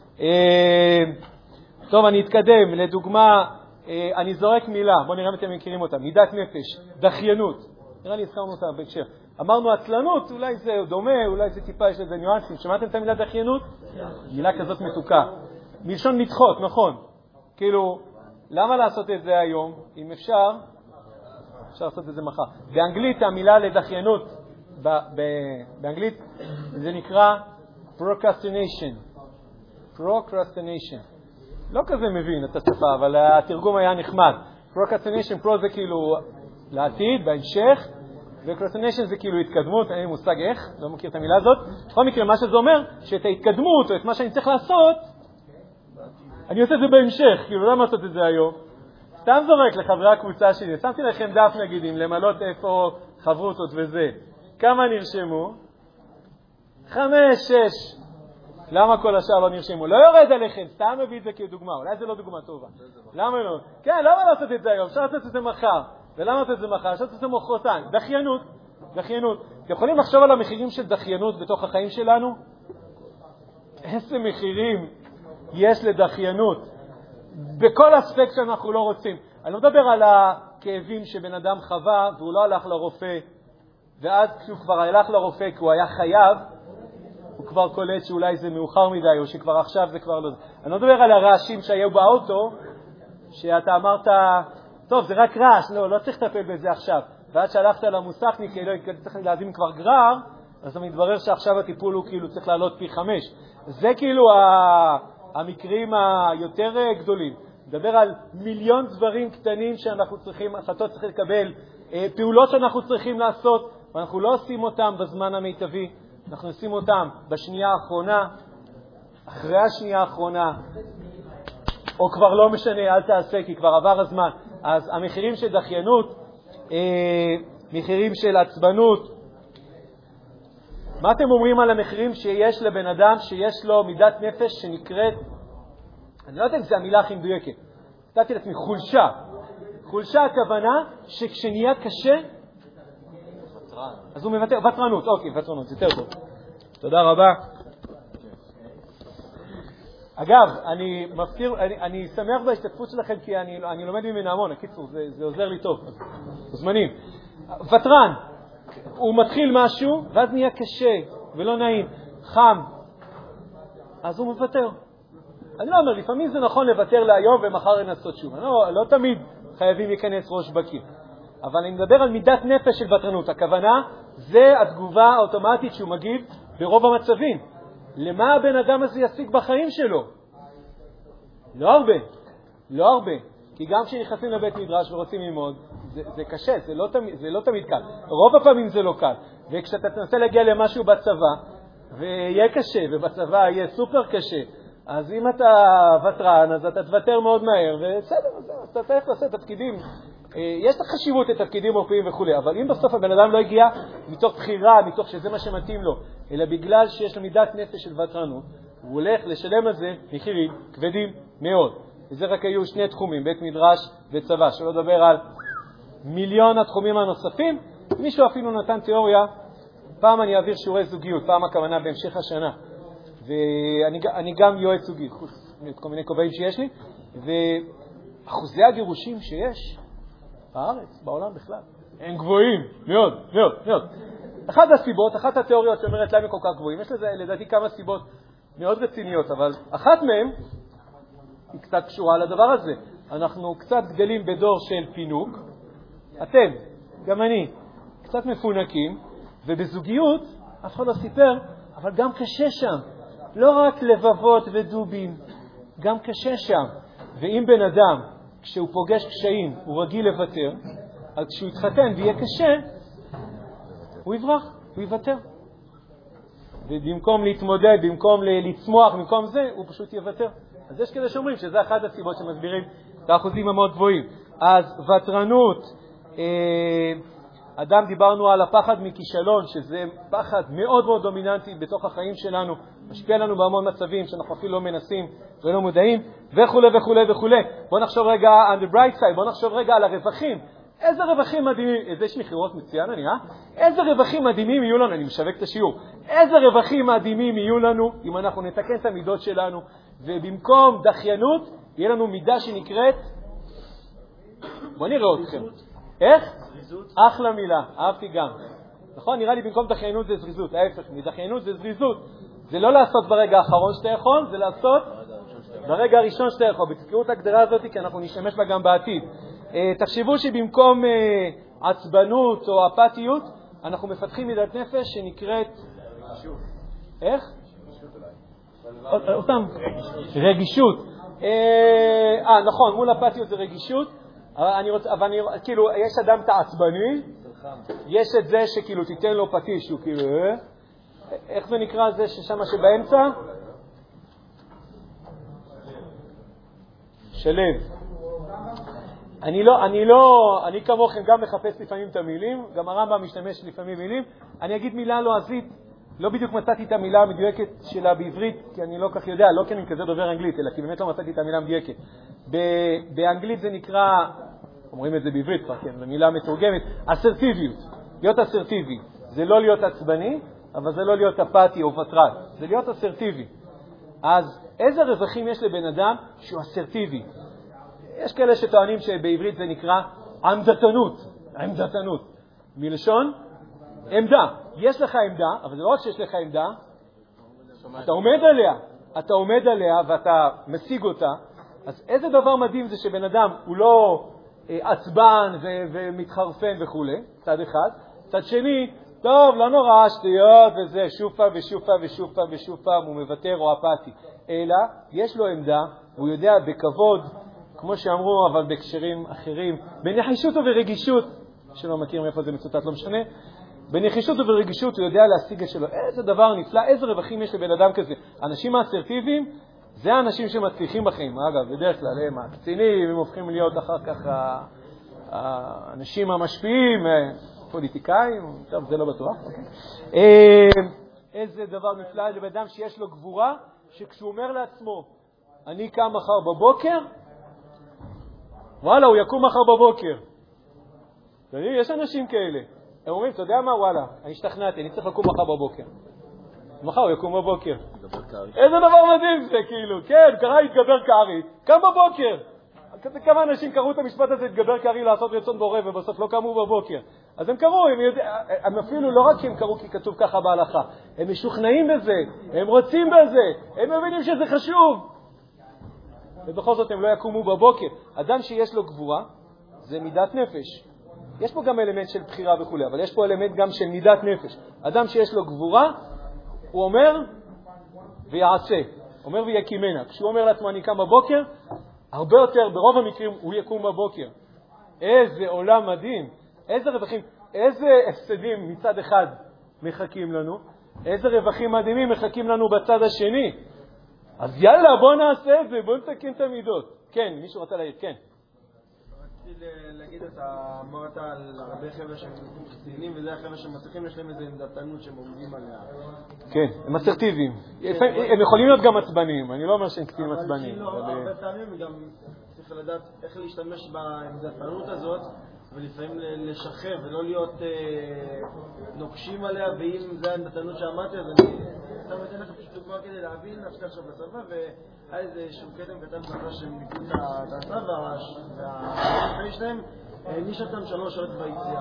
A: טוב, אני אתקדם. לדוגמה, אני זורק מילה, בואו נראה אם אתם מכירים אותה, מידת נפש, דחיינות. נראה לי הזכרנו אותה בהקשר. אמרנו עצלנות, אולי זה דומה, אולי זה טיפה, יש לזה ניואנסים. שמעתם את המילה דחיינות? מילה כזאת מתוקה. מלשון לדחות, נכון. כאילו, למה לעשות את זה היום? אם אפשר, אפשר לעשות את זה מחר. באנגלית המילה לדחיינות, באנגלית זה נקרא procrastination. procrastination. לא כזה מבין את השפה, אבל התרגום היה נחמד. procrastination, pro זה כאילו לעתיד, בהמשך, ו-procrastination זה כאילו התקדמות, אין לי מושג איך, לא מכיר את המילה הזאת. בכל מקרה, מה שזה אומר, שאת ההתקדמות או את מה שאני צריך לעשות, אני עושה את זה בהמשך, כאילו למה לעשות את זה היום? סתם זורק לחברי הקבוצה שלי, שמתי לכם דף נגיד, עם למלות איפה חברותות וזה. כמה נרשמו? חמש, שש. למה כל השאר לא נרשמו? לא יורד עליכם, סתם מביא את זה כדוגמה, אולי זה לא דוגמה טובה. למה לא? כן, למה לעשות את זה היום? אפשר לעשות את זה מחר. ולמה לעשות את זה מחר? אפשר לעשות את זה מחרתיים. דחיינות, דחיינות. אתם יכולים לחשוב על המחירים של דחיינות בתוך החיים שלנו? איזה מחירים יש לדחיינות? בכל אספקט שאנחנו לא רוצים. אני לא מדבר על הכאבים שבן אדם חווה והוא לא הלך לרופא, ואז כשהוא כבר הלך לרופא כי הוא היה חייב, הוא כבר קולט שאולי זה מאוחר מדי, או שכבר עכשיו זה כבר לא... אני לא מדבר על הרעשים שהיו באוטו, שאתה אמרת, טוב, זה רק רעש, לא, לא צריך לטפל בזה עכשיו. ועד שהלכת למוסכניק, לא צריך להזין כבר גרר, אז אתה מתברר שעכשיו הטיפול הוא כאילו צריך לעלות פי חמש. זה כאילו המקרים היותר גדולים. מדבר על מיליון דברים קטנים שאנחנו צריכים, החלטות צריכים לקבל, פעולות שאנחנו צריכים לעשות, ואנחנו לא עושים אותם בזמן המיטבי. אנחנו עושים אותם בשנייה האחרונה, אחרי השנייה האחרונה, או כבר לא משנה, אל תעשה, כי כבר עבר הזמן. אז המחירים של דחיינות, אה, מחירים של עצבנות, מה אתם אומרים על המחירים שיש לבן אדם, שיש לו מידת נפש שנקראת, אני לא יודע אם זה המילה הכי מדויקת, נתתי לעצמי חולשה. חולשה הכוונה שכשנהיה קשה, אז הוא מבטא, וטרנות, אוקיי, וטרנות, זה יותר טוב. תודה רבה. אגב, אני מפתיר, אני, אני שמח בהשתתפות שלכם כי אני, אני לומד ממנה המון, הקיצור, זה, זה עוזר לי טוב. זמנים. וטרן, הוא מתחיל משהו, ואז נהיה קשה ולא נעים, חם, אז הוא מוותר. אני לא אומר, לפעמים זה נכון לוותר להיום ומחר לנסות שוב. לא, לא תמיד חייבים להיכנס ראש בקיר. אבל אני מדבר על מידת נפש של וטרנות. הכוונה זה התגובה האוטומטית שהוא מגיב ברוב המצבים. למה הבן אדם הזה ישיג בחיים שלו? לא הרבה. לא הרבה. כי גם כשנכנסים לבית מדרש ורוצים ללמוד, זה, זה קשה, זה לא, תמיד, זה לא תמיד קל. רוב הפעמים זה לא קל. וכשאתה תנסה להגיע למשהו בצבא, ויהיה קשה, ובצבא יהיה סופר קשה, אז אם אתה וטרן, אז אתה תוותר מאוד מהר, ובסדר, אז אתה צריך לעשות תפקידים. יש לך חשיבות לתפקידים מופיעים וכו', אבל אם בסוף הבן אדם לא הגיע מתוך בחירה, מתוך שזה מה שמתאים לו, אלא בגלל שיש לו מידת נפש של וטרנות, הוא הולך לשלם על זה מחירים כבדים מאוד. וזה רק היו שני תחומים, בית מדרש וצבא, שלא לדבר על מיליון התחומים הנוספים. מישהו אפילו נתן תיאוריה, פעם אני אעביר שיעורי זוגיות, פעם הכוונה בהמשך השנה. ואני אני גם יועץ זוגי, חוץ כל מיני קובעים שיש לי, ואחוזי הגירושים שיש בארץ, בעולם בכלל, הם גבוהים, מאוד, מאוד, מאוד. אחת הסיבות, אחת התיאוריות שאומרת למה כל כך גבוהים, יש לזה לדעתי כמה סיבות מאוד רציניות, אבל אחת מהן היא קצת קשורה לדבר הזה. אנחנו קצת גדלים בדור של פינוק, אתם, גם אני, קצת מפונקים, ובזוגיות, אף אחד לא סיפר, אבל גם קשה שם. לא רק לבבות ודובים, גם קשה שם. ואם בן אדם, כשהוא פוגש קשיים, הוא רגיל לוותר, אז כשהוא יתחתן ויהיה קשה, הוא יברח, הוא יוותר. ובמקום להתמודד, במקום לצמוח, במקום זה, הוא פשוט יוותר. אז יש כזה שאומרים שזה אחת הסיבות שמסבירים את האחוזים המאוד גבוהים. אז ותרנות, אה, אדם דיברנו על הפחד מכישלון, שזה פחד מאוד מאוד דומיננטי בתוך החיים שלנו, משפיע לנו בהמון מצבים שאנחנו אפילו לא מנסים ולא מודעים, וכו' וכו' וכו'. בואו נחשוב רגע on the bright side, בואו נחשוב רגע על הרווחים. איזה רווחים מדהימים, איזה יש מכירות מצוין אני, אה? איזה רווחים מדהימים יהיו לנו, אני משווק את השיעור, איזה רווחים מדהימים יהיו לנו אם אנחנו נתקן את המידות שלנו, ובמקום דחיינות יהיה לנו מידה שנקראת, בוא נראה אתכם. איך? זריזות. אחלה מילה, אהבתי גם. נכון, נראה לי במקום דחיינות זה זריזות, ההפך, מדחיינות זה זריזות. זה לא לעשות ברגע האחרון שאתה יכול, זה לעשות ברגע הראשון שאתה יכול. בתזכרו את ההגדרה הזאת כי אנחנו נשתמש בה גם בעתיד. תחשבו שבמקום עצבנות או אפתיות, אנחנו מפתחים מידת נפש שנקראת... איך? אותם. רגישות. אה, נכון, מול אפתיות זה רגישות, אבל אני רוצה, אבל אני, כאילו, יש אדם את העצבני, יש את זה שכאילו תיתן לו פטיש, הוא כאילו, אה? איך זה נקרא זה ששם שבאמצע? שלב. אני לא, אני לא, אני כמוכם גם מחפש לפעמים את המילים, גם הרמב"ם משתמש לפעמים מילים. אני אגיד מילה לועזית, לא בדיוק מצאתי את המילה המדויקת שלה בעברית, כי אני לא כך יודע, לא כי אני כזה דובר אנגלית, אלא כי באמת לא מצאתי את המילה המדויקת. באנגלית זה נקרא, אומרים את זה בעברית כבר, כן, זו מילה מתורגמת, אסרטיביות. להיות אסרטיבי. זה לא להיות עצבני, אבל זה לא להיות אפתי או ותרן. זה להיות אסרטיבי. אז איזה רווחים יש לבן אדם שהוא אסרטיבי? יש כאלה שטוענים שבעברית זה נקרא עמדתנות, עמדתנות. מלשון עמדה. יש לך עמדה, אבל זה לא רק שיש לך עמדה, אתה עומד עליה. אתה עומד עליה ואתה משיג אותה. אז איזה דבר מדהים זה שבן אדם הוא לא עצבן ו- ומתחרפן וכו', צד אחד. צד שני, טוב, לא נורא, שטויות וזה, שופה ושופה ושופה ושופה, הוא מוותר או אפתי. אלא יש לו עמדה, והוא יודע בכבוד, כמו שאמרו, אבל בהקשרים אחרים, בנחישות וברגישות, שלא מכירים איפה זה מצוטט, לא משנה, בנחישות וברגישות הוא יודע להשיג את שלו. איזה דבר נפלא, איזה רווחים יש לבן אדם כזה. אנשים האסרטיביים, זה האנשים שמצליחים בחיים. אגב, בדרך כלל הם הקצינים, הם הופכים להיות אחר כך האנשים המשפיעים, פוליטיקאים, טוב, זה לא בטוח. איזה דבר נפלא לבן אדם שיש לו גבורה, שכשהוא אומר לעצמו, אני קם מחר בבוקר, וואלה, הוא יקום מחר בבוקר. יש אנשים כאלה. הם אומרים, אתה יודע מה? וואלה, אני השתכנעתי, אני צריך לקום מחר בבוקר. מחר הוא יקום בבוקר. איזה דבר מדהים זה, כאילו. כן, קרא התגבר כארי. קם בבוקר. כמה אנשים קראו את המשפט הזה, התגבר כארי לעשות רצון בורא, ובסוף לא קמו בבוקר. אז הם קראו, הם, יודע, הם אפילו לא רק כי הם קראו כי כתוב ככה בהלכה. הם משוכנעים בזה, הם רוצים בזה, הם מבינים שזה חשוב. ובכל זאת הם לא יקומו בבוקר. אדם שיש לו גבורה, זה מידת נפש. יש פה גם אלמנט של בחירה וכו', אבל יש פה אלמנט גם של מידת נפש. אדם שיש לו גבורה, הוא אומר ויעשה, אומר ויקימנה. כשהוא אומר לעצמו אני קם בבוקר, הרבה יותר, ברוב המקרים הוא יקום בבוקר. איזה עולם מדהים, איזה רווחים, איזה הפסדים מצד אחד מחכים לנו, איזה רווחים מדהימים מחכים לנו בצד השני. אז יאללה, בוא נעשה את זה, בוא נתקן את המידות. כן, מישהו רוצה להגיד, כן.
D: רציתי להגיד, אתה אמרת על הרבה חבר'ה שהם קצינים, וזה החבר'ה שמצליחים, יש להם איזו עמדתנות שהם עומדים עליה.
A: כן, הם אסרטיביים. הם יכולים להיות גם עצבניים, אני לא אומר שהם קצינים עצבניים.
D: הרבה פעמים גם צריך לדעת איך להשתמש בעמדתנות הזאת, ולפעמים לשחרר ולא להיות נוקשים עליה, ואם זה העמדתנות שאמרתי, אז אני סתם אתן לך פשוט דוגמה כדי להבין, נפשתה עכשיו בצבא, והיה איזשהו קטע קטן בצבא שהם נקלו את הצבא, והחיים שלהם העניש אותם שלוש שעות ביציאה.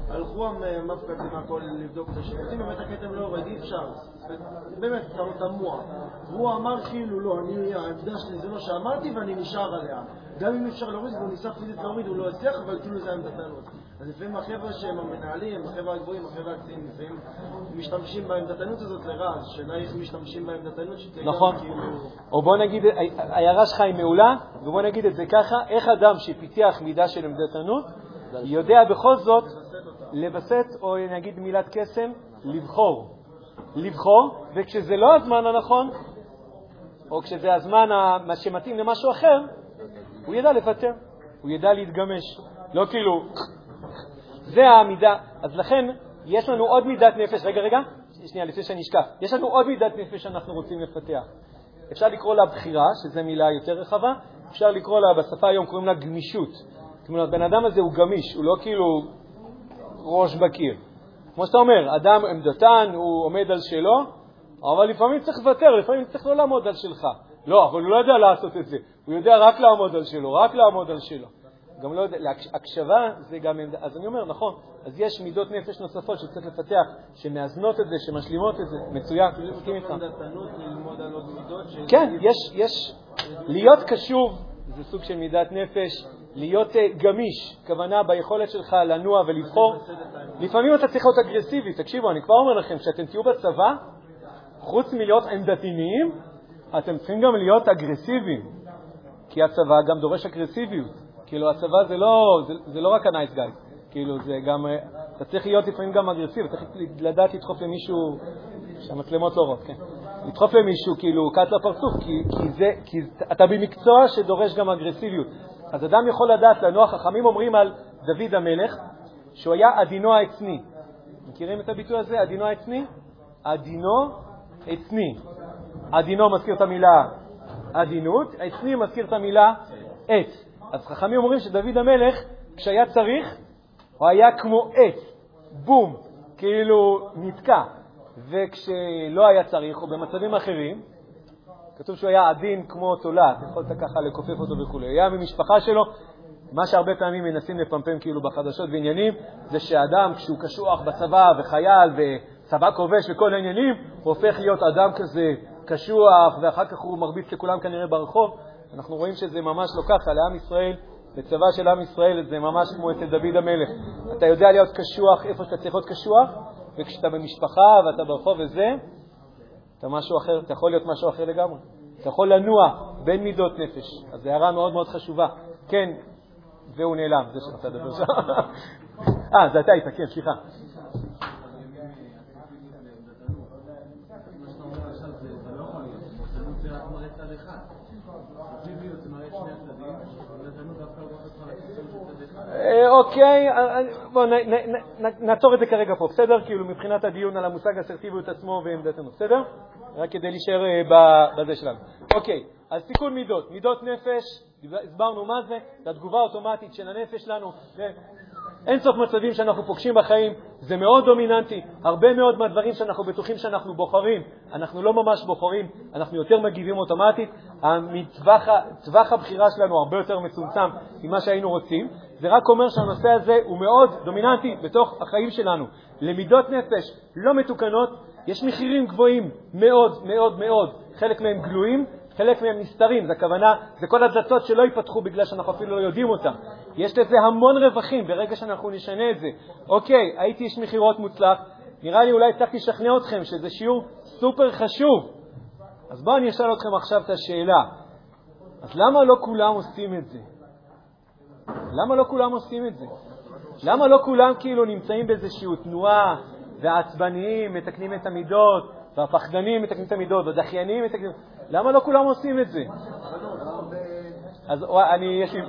D: הלכו המפקדים הכל לבדוק את השירותים, באמת הכתם לא יורד, אי אפשר. באמת, תמוה. והוא אמר כאילו לא, אני, העמדה שלי זה לא שאמרתי ואני נשאר עליה. גם אם אפשר להוריד, והוא ניסה פיזית להוריד, הוא לא הצליח, אבל כאילו זה עמדתנות. אז לפעמים החבר'ה שהם המנהלים, החבר'ה הגבוהים, החבר'ה הקצינים, לפעמים משתמשים בעמדתנות הזאת לרע, אז שאלה איך משתמשים בעמדתנות שתהיה
A: נכון.
D: גם כאילו...
A: או בוא נגיד, ההערה שלך היא מעולה, ובוא נגיד את זה ככה, איך אדם שפיתח מידה של עמדתנות, יודע בכל זאת לבסט, או נגיד מילת קסם, לבחור. לבחור, וכשזה לא הזמן הנכון, או כשזה הזמן שמתאים למשהו אחר, הוא ידע לוותר, הוא ידע להתגמש. לא כאילו, זה העמידה. אז לכן, יש לנו עוד מידת נפש. רגע, רגע, שנייה, לפני שאני אשכח. יש לנו עוד מידת נפש שאנחנו רוצים לפתח. אפשר לקרוא לה בחירה, שזו מילה יותר רחבה. אפשר לקרוא לה, בשפה היום קוראים לה גמישות. זאת אומרת, בן אדם הזה הוא גמיש, הוא לא כאילו ראש בקיר. כמו שאתה אומר, אדם עמדתן, הוא עומד על שלו, אבל לפעמים צריך לוותר, לפעמים צריך לא לעמוד על שלך. לא, אבל הוא לא יודע לעשות את זה. הוא יודע רק לעמוד על שלו, רק לעמוד על שלו. גם לא יודע, הקשבה זה גם עמדה. אז אני אומר, נכון, אז יש מידות נפש נוספות שצריך לפתח, שמאזנות את זה, שמשלימות את זה. מצוין, מסכים איתך.
D: ללמוד על עוד מידות.
A: כן, יש, יש. להיות קשוב, זה סוג של מידת נפש. להיות גמיש, כוונה ביכולת שלך לנוע ולבחור. לפעמים אתה צריך להיות אגרסיבי. תקשיבו, אני כבר אומר לכם, כשאתם תהיו בצבא, חוץ מלהיות עמדתיים, אתם צריכים גם להיות אגרסיביים. כי הצבא גם דורש אגרסיביות. כאילו, הצבא זה לא, זה, זה לא רק הנייס גאי. כאילו, זה גם, אתה צריך להיות לפעמים גם אגרסיבי. אתה צריך לדעת לדחוף למישהו, שהמצלמות לא רואות, כן. לדחוף למישהו, כאילו, קט לפרצוף, כי, כי זה, כי אתה במקצוע שדורש גם אגרסיביות. אז אדם יכול לדעת לנוע. חכמים אומרים על דוד המלך, שהוא היה עדינו העצני. מכירים את הביטוי הזה? עדינו העצני? עדינו עצני. עדינו מזכיר את המילה עדינות, עצני מזכיר את המילה עץ. אז חכמים אומרים שדוד המלך, כשהיה צריך, הוא היה כמו עץ, בום, כאילו נתקע. וכשלא היה צריך, או במצבים אחרים, כתוב שהוא היה עדין כמו תולעת, יכולת ככה לקופף אותו וכו'. היה ממשפחה שלו, מה שהרבה פעמים מנסים לפמפם כאילו בחדשות ועניינים, זה שאדם כשהוא קשוח בצבא וחייל וצבא כובש וכל העניינים, הוא הופך להיות אדם כזה קשוח, ואחר כך הוא מרביץ לכולם כנראה ברחוב. אנחנו רואים שזה ממש לא ככה, לעם ישראל, בצבא של עם ישראל, זה ממש כמו אצל דוד המלך. אתה יודע להיות קשוח איפה שאתה צריך להיות קשוח, וכשאתה במשפחה ואתה ברחוב וזה, אתה משהו אחר, אתה יכול להיות משהו אחר לגמרי. אתה יכול לנוע בין מידות נפש. אז זו הערה מאוד מאוד חשובה. כן, והוא נעלם, זה שאתה דבר שם. אה, זה אתה איתה, כן, סליחה. אוקיי, בואו נעצור את זה כרגע פה, בסדר? כאילו מבחינת הדיון על המושג אסרטיביות עצמו ועמדתנו, בסדר? רק כדי להישאר בזה שלנו. אוקיי, אז תיקון מידות, מידות נפש, הסברנו מה זה, זה התגובה האוטומטית של הנפש שלנו. אין סוף מצבים שאנחנו פוגשים בחיים, זה מאוד דומיננטי. הרבה מאוד מהדברים שאנחנו בטוחים שאנחנו בוחרים, אנחנו לא ממש בוחרים, אנחנו יותר מגיבים אוטומטית. טווח הבחירה שלנו הרבה יותר מצומצם ממה שהיינו רוצים. זה רק אומר שהנושא הזה הוא מאוד דומיננטי בתוך החיים שלנו. למידות נפש לא מתוקנות, יש מחירים גבוהים מאוד מאוד מאוד. חלק מהם גלויים, חלק מהם נסתרים. זה הכוונה, זה כל הדלתות שלא ייפתחו בגלל שאנחנו אפילו לא יודעים אותם. יש לזה המון רווחים ברגע שאנחנו נשנה את זה. אוקיי, הייתי איש מחירות מוצלח, נראה לי אולי צריך לשכנע אתכם שזה שיעור סופר חשוב. אז בואו אני אשאל אתכם עכשיו את השאלה. אז למה לא כולם עושים את זה? למה לא כולם עושים את זה? למה לא כולם כאילו נמצאים באיזושהי תנועה, והעצבניים מתקנים את המידות, והפחדנים מתקנים את המידות, והדחיינים מתקנים... למה לא כולם עושים את זה? אז אני, יש לי...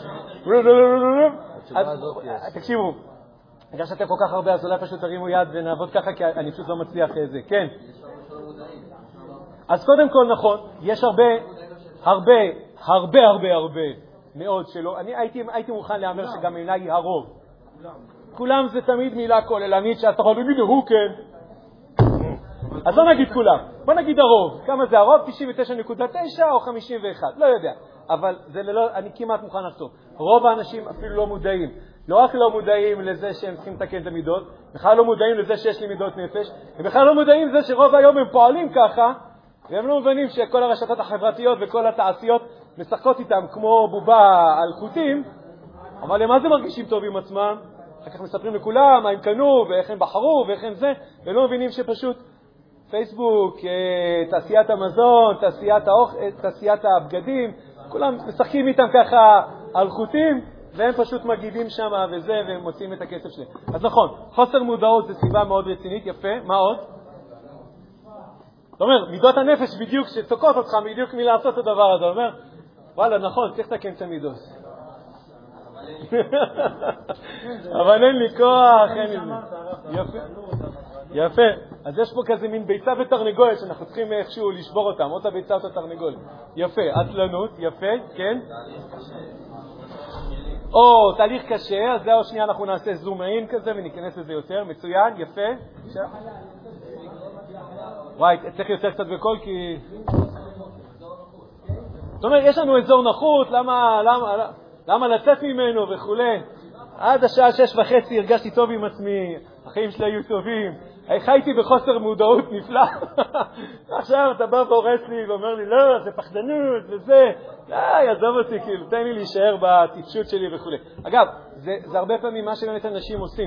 A: תקשיבו, בגלל שאתם כל כך הרבה, אז אולי פשוט תרימו יד ונעבוד ככה, כי אני פשוט לא מצליח את זה. כן. אז קודם כל, נכון, יש הרבה, הרבה, הרבה, הרבה, הרבה מאוד שלא. אני הייתי, הייתי מוכן לאמר שגם מילה היא הרוב. כולם זה תמיד מילה כוללנית, שאתה יכול להגיד, הוא כן. אז לא נגיד כולם, בוא נגיד הרוב. כמה זה הרוב? תשעים ותשע נקודה תשע או חמישים ואחת, לא יודע. אבל זה לא, אני כמעט מוכן לחתום. רוב האנשים אפילו לא מודעים לא רק לא מודעים לזה שהם צריכים לתקן את המידות, בכלל לא מודעים לזה שיש לי מידות נפש, ובכלל לא מודעים לזה שרוב היום הם פועלים ככה, והם לא מבינים שכל הרשתות החברתיות וכל התעשיות משחקות איתם כמו בובה על חוטים, אבל למה זה מרגישים טוב עם עצמם? אחר כך מספרים לכולם מה הם קנו ואיך הם בחרו ואיך הם זה, ולא מבינים שפשוט פייסבוק, תעשיית המזון, תעשיית, האוכ... תעשיית הבגדים, כולם משחקים איתם ככה על חוטים, והם פשוט מגיבים שם וזה, והם מוצאים את הכסף שלהם. אז נכון, חוסר מודעות זה סיבה מאוד רצינית, יפה, מה עוד? זאת אומרת, מידות הנפש בדיוק שצוקות אותך בדיוק מלעשות את הדבר הזה, אומר, וואלה, נכון, צריך לתקן את המידות. אבל אין לי כוח, אין לי זה. יפה. יפה. אז יש פה כזה מין ביצה ותרנגולת שאנחנו צריכים איכשהו לשבור אותם, אותה ביצה אותה תרנגולת. יפה, עצלנות, יפה, כן? או, תהליך קשה, אז זה עוד שנייה אנחנו נעשה זום אין כזה וניכנס לזה יותר, מצוין, יפה. וואי, צריך יותר קצת בקול כי... זאת אומרת, יש לנו אזור נחות, למה, למה, למה לצאת ממנו וכו'. עד השעה שש וחצי הרגשתי טוב עם עצמי, החיים שלי היו טובים, חייתי בחוסר מודעות נפלא. עכשיו אתה בא והורס לי ואומר לי, לא, זה פחדנות וזה, די, עזוב אותי, כאילו, תן לי להישאר בטיפשות שלי וכו'. אגב, זה, זה הרבה פעמים מה שבאמת אנשים עושים.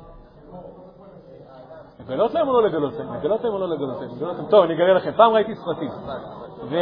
A: לגלות להם או לא לגלות להם? לגלות להם או לא לגלות להם? טוב, אני אגלה לכם. פעם ראיתי סרטים. ו...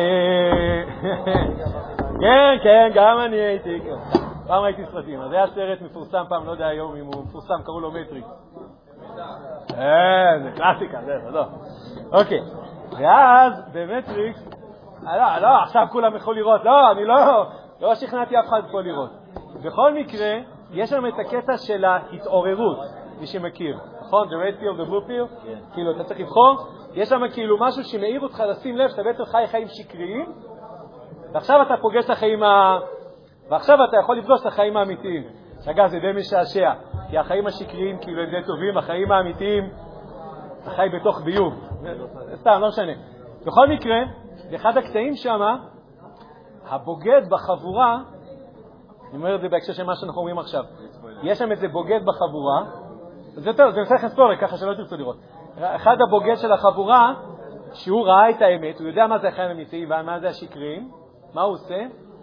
A: כן, כן, גם אני הייתי. פעם ראיתי סרטים. אז זה היה סרט מפורסם פעם, לא יודע היום אם הוא מפורסם, קראו לו מטריקס. כן, זה קלאסיקה, זה לא. אוקיי. ואז במטריקס, לא, לא, עכשיו כולם יכול לראות. לא, אני לא, לא שכנעתי אף אחד פה לראות. בכל מקרה, יש שם את הקטע של ההתעוררות, מי שמכיר. נכון? The red pill, the blue pill? כאילו, אתה צריך לבחור. יש שם כאילו משהו שמעיר אותך לשים לב שאתה בעצם חי חיים שקריים, ועכשיו אתה פוגש את החיים ה... ועכשיו אתה יכול לפגוש את החיים האמיתיים. שאגב, זה די משעשע, כי החיים השקריים כאילו הם די טובים, החיים האמיתיים, אתה חי בתוך ביוב. סתם, לא משנה. בכל מקרה, באחד הקטעים שם, הבוגד בחבורה, אני אומר את זה בהקשר של מה שאנחנו אומרים עכשיו, יש שם איזה בוגד בחבורה, זה טוב, זה מסך היסטורי, ככה שלא תרצו לראות. אחד הבוגד של החבורה, שהוא ראה את האמת, הוא יודע מה זה החיים האמיתיים ומה זה השקריים, מה הוא עושה?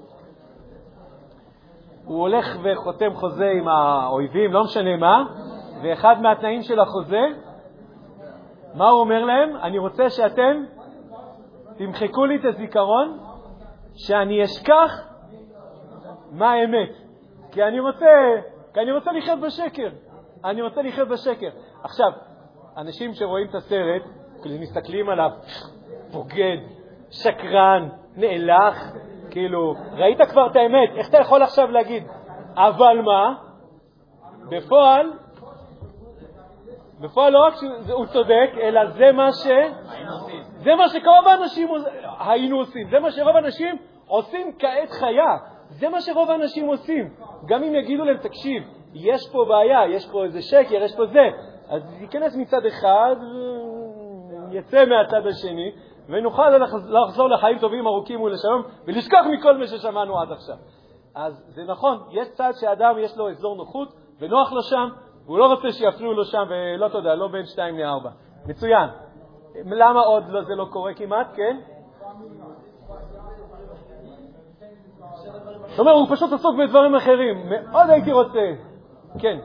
A: הוא הולך וחותם חוזה עם האויבים, לא משנה מה, ואחד מהתנאים של החוזה, מה הוא אומר להם? אני רוצה שאתם תמחקו לי את הזיכרון, שאני אשכח מה האמת. כי אני רוצה, כי אני רוצה לחיות בשקר. אני רוצה לחיות בשקר. עכשיו, אנשים שרואים את הסרט, כאילו מסתכלים עליו, בוגד, שקרן, נאלח, כאילו, ראית כבר את האמת, איך אתה יכול עכשיו להגיד? אבל מה? בפועל, בפועל לא רק שהוא צודק, אלא זה מה ש... זה מה שרוב האנשים היינו עושים. זה מה שרוב האנשים עושים כעת חיה. זה מה שרוב האנשים עושים. גם אם יגידו להם, תקשיב, יש פה בעיה, יש פה איזה שקר, יש פה זה. אז ייכנס מצד אחד, יצא מהצד השני, ונוכל לחזור לחיים טובים, ארוכים ולשלום, ולשכח מכל מה ששמענו עד עכשיו. אז זה נכון, יש צד שאדם יש לו אזור נוחות, ונוח לו שם, והוא לא רוצה שיפריעו לו שם, ולא תודה, לא בין שתיים לארבע. מצוין. למה עוד לא, זה לא קורה כמעט, כן? זאת אומרת, הוא פשוט עסוק בדברים אחרים. מאוד הייתי רוצה. כן.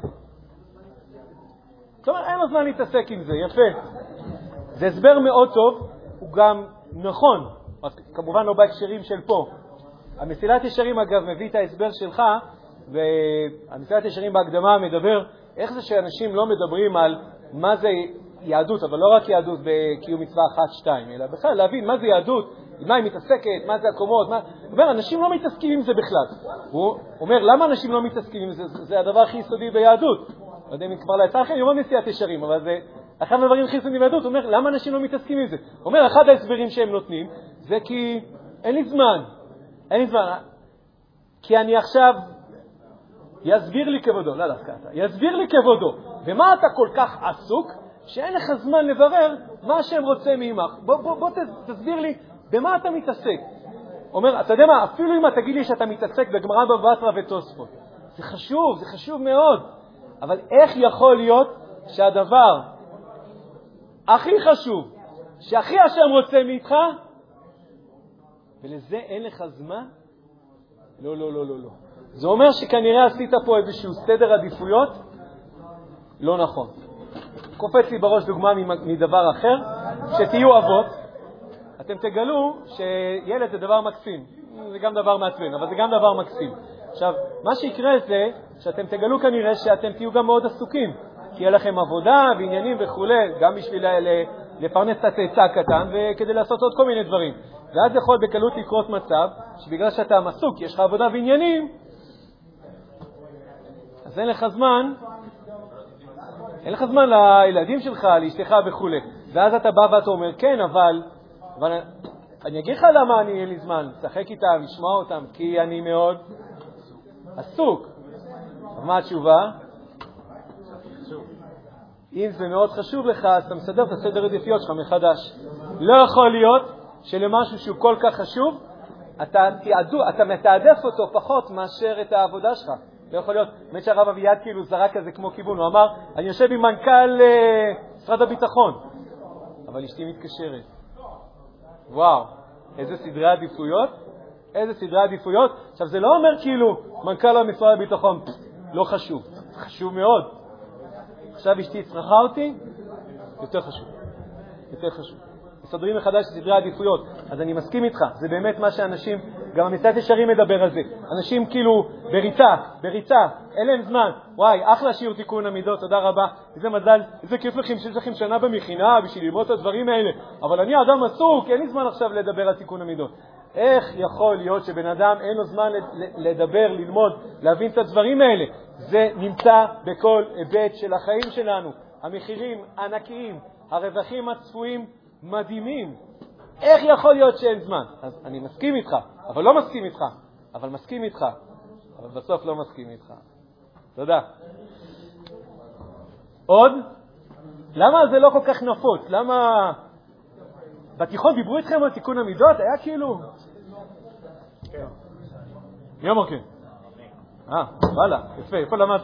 A: זאת אומרת, אין לו זמן להתעסק עם זה, יפה. זה הסבר מאוד טוב, הוא גם נכון, כמובן לא בהקשרים של פה. המסילת ישרים, אגב, מביא את ההסבר שלך, והמסילת ישרים בהקדמה מדבר איך זה שאנשים לא מדברים על מה זה יהדות, אבל לא רק יהדות בקיום מצווה אחת, שתיים, אלא בכלל להבין מה זה יהדות, מה היא מתעסקת, מה זה הקומות, מה... הוא אומר, אנשים לא מתעסקים עם זה בכלל. הוא אומר, למה אנשים לא מתעסקים עם זה? זה הדבר הכי יסודי ביהדות. לא יודע אם כבר לא יצא לכם, אני לא מסיעת ישרים, אבל זה אחד הדברים הכי יסודיים ביהדות. הוא אומר, למה אנשים לא מתעסקים עם זה? הוא אומר, אחד ההסברים שהם נותנים, זה כי אין לי זמן. אין לי זמן. כי אני עכשיו... יסביר לי כבודו, לא דווקא אתה, יסביר לי כבודו. ומה אתה כל כך עסוק שאין לך זמן לברר מה שהם רוצה מעמך? בוא, בוא, בוא תסביר לי במה אתה מתעסק. אומר, אתה יודע מה, אפילו אם אתה תגיד לי שאתה מתעסק בגמרא בבא בתרא ותוספות, זה חשוב, זה חשוב מאוד. אבל איך יכול להיות שהדבר הכי חשוב, שהכי השם רוצה מאיתך, ולזה אין לך זמן? לא, לא, לא, לא, לא. זה אומר שכנראה עשית פה איזשהו סדר עדיפויות לא נכון. קופץ לי בראש דוגמה מדבר אחר, שתהיו אבות, אתם תגלו שילד זה דבר מקסים. זה גם דבר מעצבן, אבל זה גם דבר מקסים. עכשיו, מה שיקרה זה שאתם תגלו כנראה שאתם תהיו גם מאוד עסוקים, כי יהיה לכם עבודה ועניינים וכו', גם בשביל לפרנס את הצאצא הקטן וכדי לעשות עוד כל מיני דברים. ואז יכול בקלות לקרות מצב שבגלל שאתה עסוק, יש לך עבודה ועניינים, אז אין לך זמן, אין לך זמן לילדים שלך, לאשתך וכו'. ואז אתה בא ואתה אומר, כן, אבל, אבל אני אגיד לך למה אני אין לי זמן, שחק איתם, לשמוע אותם, כי אני מאוד עסוק. מה התשובה? אם זה מאוד חשוב לך, אז אתה מסדר את הסדר עדיפויות שלך מחדש. לא יכול להיות שלמשהו שהוא כל כך חשוב, אתה, תעדו, אתה מתעדף אותו פחות מאשר את העבודה שלך. לא יכול להיות, באמת שהרב אביעד כאילו זרק כזה כמו כיוון, הוא אמר, אני יושב עם מנכ"ל uh, משרד הביטחון, אבל אשתי מתקשרת. וואו, איזה סדרי עדיפויות? איזה סדרי עדיפויות? עכשיו זה לא אומר כאילו, מנכ"ל המשרד הביטחון, לא חשוב, חשוב מאוד. עכשיו אשתי צריכה אותי, יותר חשוב, יותר חשוב. מסדרים מחדש סדרי עדיפויות. אז אני מסכים איתך, זה באמת מה שאנשים, גם המסעת ישרים מדבר על זה. אנשים כאילו בריצה, בריצה, אין להם זמן. וואי, אחלה שיעור תיקון המידות, תודה רבה. איזה מזל, איזה כיף לכם שיש לכם שנה במכינה בשביל ללמוד את הדברים האלה. אבל אני אדם עסוק, אין לי זמן עכשיו לדבר על תיקון המידות. איך יכול להיות שבן אדם אין לו זמן לדבר, ללמוד, להבין את הדברים האלה? זה נמצא בכל היבט של החיים שלנו. המחירים ענקיים, הרווחים הצפויים מדהימים. איך יכול להיות שאין זמן? אז אני מסכים איתך, אבל לא מסכים איתך. אבל מסכים איתך, אבל בסוף לא מסכים איתך. תודה. עוד? למה זה לא כל כך נפוץ? למה בתיכון דיברו איתכם על תיקון המידות? היה כאילו... מי אמר כן? אה, וואלה, יפה, איפה למדת?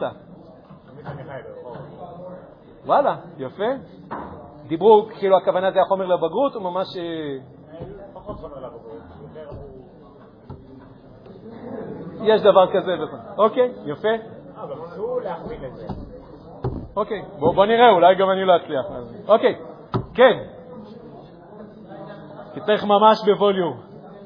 A: וואלה, יפה. דיברו, כאילו הכוונה זה החומר לבגרות, הוא ממש...
C: פחות חומר לבגרות.
A: יש דבר כזה. אוקיי, יפה.
C: אבל אסור להחמין את זה.
A: אוקיי, בוא נראה, אולי גם אני לא אצליח. אוקיי, כן. תצטרך ממש בווליום.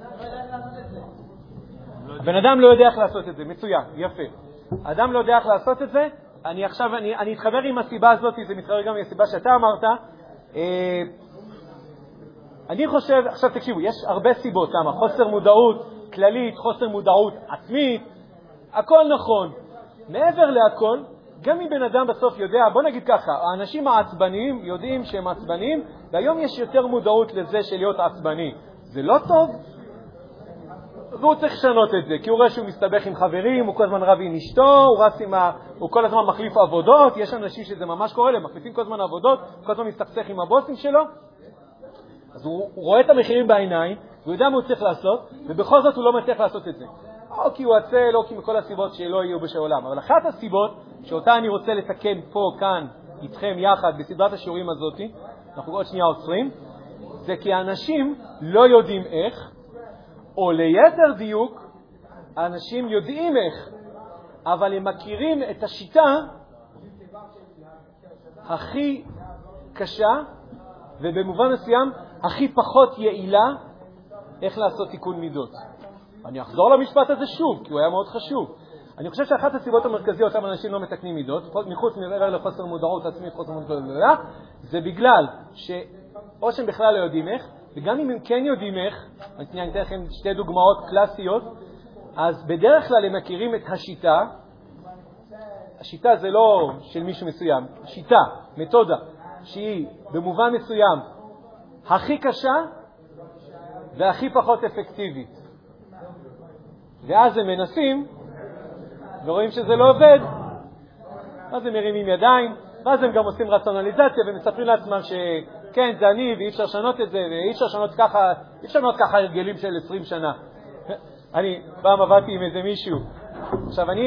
A: הבן אדם לא יודע איך לעשות את זה, מצוין, יפה. אדם לא יודע איך לעשות את זה, אני עכשיו, אני, אני אתחבר עם הסיבה הזאת, זה מתחבר גם עם הסיבה שאתה אמרת. אה, אני חושב, עכשיו תקשיבו, יש הרבה סיבות, למה? חוסר מודעות כללית, חוסר מודעות עצמית, הכל נכון. מעבר להכל, גם אם בן אדם בסוף יודע, בוא נגיד ככה, האנשים העצבניים יודעים שהם עצבניים, והיום יש יותר מודעות לזה של להיות עצבני. זה לא טוב? והוא צריך לשנות את זה, כי הוא רואה שהוא מסתבך עם חברים, הוא כל הזמן רב עם אשתו, הוא רץ עם ה... הוא כל הזמן מחליף עבודות, יש אנשים שזה ממש קורה להם, מחליפים כל הזמן עבודות, כל הזמן מסתכסך עם הבוסים שלו, אז הוא, הוא רואה את המחירים בעיניים, והוא יודע מה הוא צריך לעשות, ובכל זאת הוא לא מצליח לעשות את זה. או כי הוא עצל, או כי מכל הסיבות שלא יהיו בשעולם. אבל אחת הסיבות שאותה אני רוצה לתקן פה, כאן, איתכם יחד, בסדרת השיעורים הזאת, אנחנו עוד שנייה עוצרים, זה כי האנשים לא יודעים איך, או ליתר דיוק, האנשים יודעים איך, אבל הם מכירים את השיטה הכי קשה, ובמובן מסוים הכי פחות יעילה, איך לעשות תיקון מידות. אני אחזור למשפט הזה שוב, כי הוא היה מאוד חשוב. אני חושב שאחת הסיבות המרכזיות למה אנשים לא מתקנים מידות, מחוץ מעבר לחוסר מודעות עצמית, חוסר מודעות, זה בגלל שאו שהם בכלל לא יודעים איך, וגם אם הם כן יודעים איך, אני אתן לכם שתי דוגמאות קלאסיות, אז בדרך כלל הם מכירים את השיטה, השיטה זה לא של מישהו מסוים, שיטה, מתודה, שהיא במובן מסוים הכי קשה והכי פחות אפקטיבית. ואז הם מנסים ורואים שזה לא עובד, אז הם מרימים ידיים, ואז הם גם עושים רציונליזציה ומספרים לעצמם שכן, זה אני ואי אפשר לשנות את זה, ואי אפשר לשנות ככה, אי אפשר לשנות ככה הרגלים של עשרים שנה. אני פעם עבדתי עם איזה מישהו. עכשיו אני,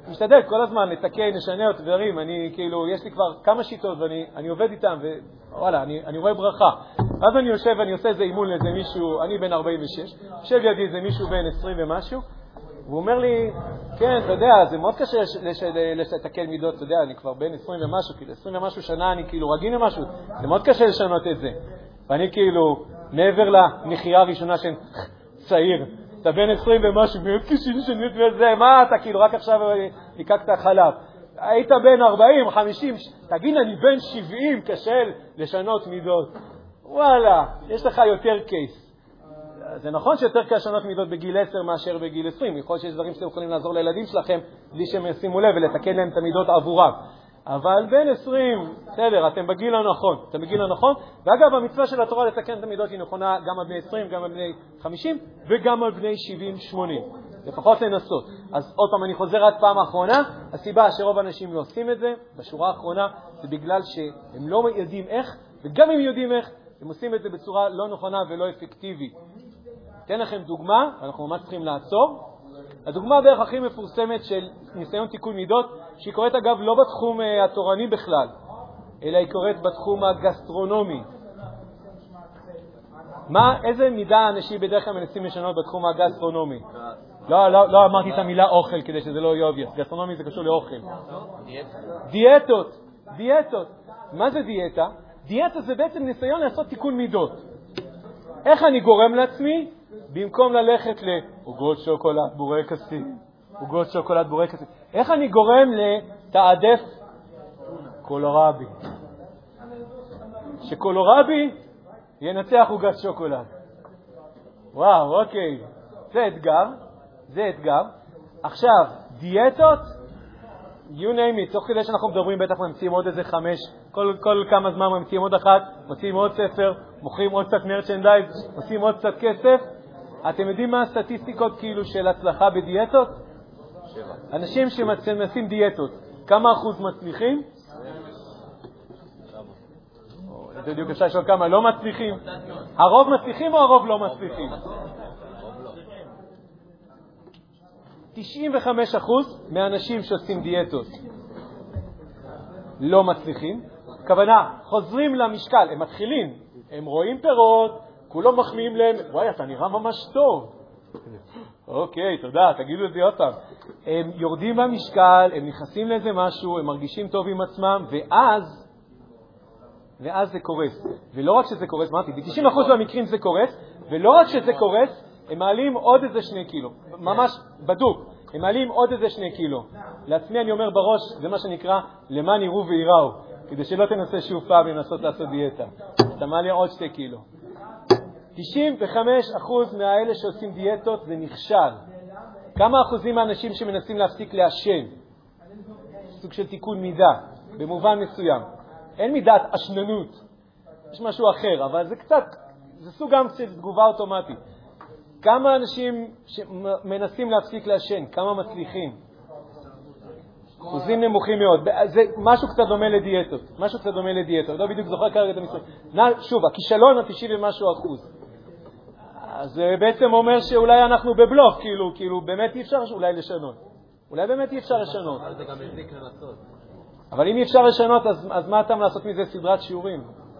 A: משתדל כל הזמן לתקן, לשנה את דברים. אני כאילו, יש לי כבר כמה שיטות ואני אני עובד איתם, ווואלה, אני, אני רואה ברכה. אז אני יושב ואני עושה איזה אימון לאיזה מישהו, אני בן ארבעים ושש, יושב לידי איזה מישהו בן עשרים ומשהו, והוא אומר לי, כן, אתה יודע, זה מאוד קשה לתקן מידות, אתה יודע, אני כבר בן עשרים ומשהו, כאילו עשרים ומשהו שנה, אני כאילו רגיל למשהו, זה מאוד קשה לשנות את זה. ואני כאילו, מעבר למחייה הראשונה של צעיר, אתה בן עשרים ומשהו, מאוד קשה לשנות את זה, מה אתה כאילו, רק עכשיו ניקקת חלב. היית בן ארבעים, חמישים, תגיד, אני בן שבעים, קשה לשנות מידות. וואלה, יש לך יותר קייס. זה נכון שיותר קשה לשנות מידות בגיל עשר מאשר בגיל עשרים. יכול להיות שיש דברים שאתם יכולים לעזור לילדים שלכם בלי שהם ישימו לב ולתקן להם את המידות עבורם. אבל בין עשרים, בסדר, אתם בגיל הנכון. אתם בגיל הנכון. ואגב, המצווה של התורה לתקן את המידות היא נכונה גם על בני עשרים, גם על בני חמישים וגם על בני שבעים שמונים. לפחות לנסות. אז עוד פעם, אני חוזר עד פעם האחרונה. הסיבה שרוב האנשים לא עושים את זה, בשורה האחרונה, זה בגלל שהם לא יודעים איך, וגם אם יודעים איך, הם עושים את זה בצורה לא נכונה ולא אפקטיבית. אתן לכם דוגמה, אנחנו ממש צריכים לעצור. הדוגמה בערך הכי מפורסמת של ניסיון תיקון מידות, שהיא קורית אגב לא בתחום התורני בכלל, אלא היא קורית בתחום הגסטרונומי. מה, איזה מידה אנשים בדרך כלל מנסים לשנות בתחום הגסטרונומי? לא, לא, לא אמרתי את המילה אוכל כדי שזה לא יהיה obvious. גסטרונומי זה קשור לאוכל. דיאטות. דיאטות. מה זה דיאטה? דיאטה זה בעצם ניסיון לעשות תיקון מידות. איך אני גורם לעצמי? במקום ללכת לעוגות שוקולד בורקסים, עוגות שוקולד בורקסים, איך אני גורם לתעדף קולורבי? שקולורבי ינצח עוגת שוקולד. וואו, אוקיי. זה אתגר. זה אתגר. עכשיו, דיאטות, you name it, תוך כדי שאנחנו מדברים בטח ממציאים עוד איזה חמש, כל, כל כמה זמן ממציאים עוד אחת, מציעים עוד ספר, מוכרים עוד קצת מרצ'נדייז, עושים עוד קצת כסף. אתם יודעים מה הסטטיסטיקות כאילו של הצלחה בדיאטות? שבע. אנשים שמנסים דיאטות, כמה אחוז מצליחים? זה בדיוק אפשר לשאול כמה לא מצליחים. הרוב מצליחים או הרוב לא מצליחים? תשעים וחמישה אחוז מהאנשים שעושים דיאטות לא מצליחים. כוונה, חוזרים למשקל, הם מתחילים, הם רואים פירות, כולם מחמיאים להם, וואי, אתה נראה ממש טוב. אוקיי, תודה, תגידו את זה עוד פעם. הם יורדים במשקל, הם נכנסים לאיזה משהו, הם מרגישים טוב עם עצמם, ואז, ואז זה קורס. ולא רק שזה קורס, אמרתי, ב-תשעים אחוז מהמקרים זה קורס, ולא רק שזה קורס, הם מעלים עוד איזה שני קילו. ממש בדוק, הם מעלים עוד איזה שני קילו. לעצמי אני אומר בראש, זה מה שנקרא, למען יראו ויראו, כדי שלא תנסה שוב פעם לנסות לעשות דיאטה. אתה מעלה עוד שתי קילו. תשעים וחמישה אחוז מהאלה שעושים דיאטות זה נכשל. כמה אחוזים מהאנשים שמנסים להפסיק לעשן? סוג של תיקון מידה, במובן מסוים. אין מידת אשננות, יש משהו אחר, אבל זה קצת, זה סוג גם של תגובה אוטומטית. כמה אנשים שמנסים להפסיק לעשן, כמה מצליחים? אחוזים נמוכים מאוד. זה משהו קצת דומה לדיאטות, משהו קצת דומה לדיאטות. לא בדיוק זוכר כרגע את המספר. שוב, הכישלון ה-תשעים ומשהו אחוז. אז זה בעצם אומר שאולי אנחנו בבלוף, כאילו, כאילו באמת אי אפשר אולי לשנות. אולי באמת אי אפשר לשנות.
B: אבל זה גם מזיק לנסות.
A: אבל אם אי אפשר לשנות, אז, אז מה אתם לעשות מזה סדרת שיעורים?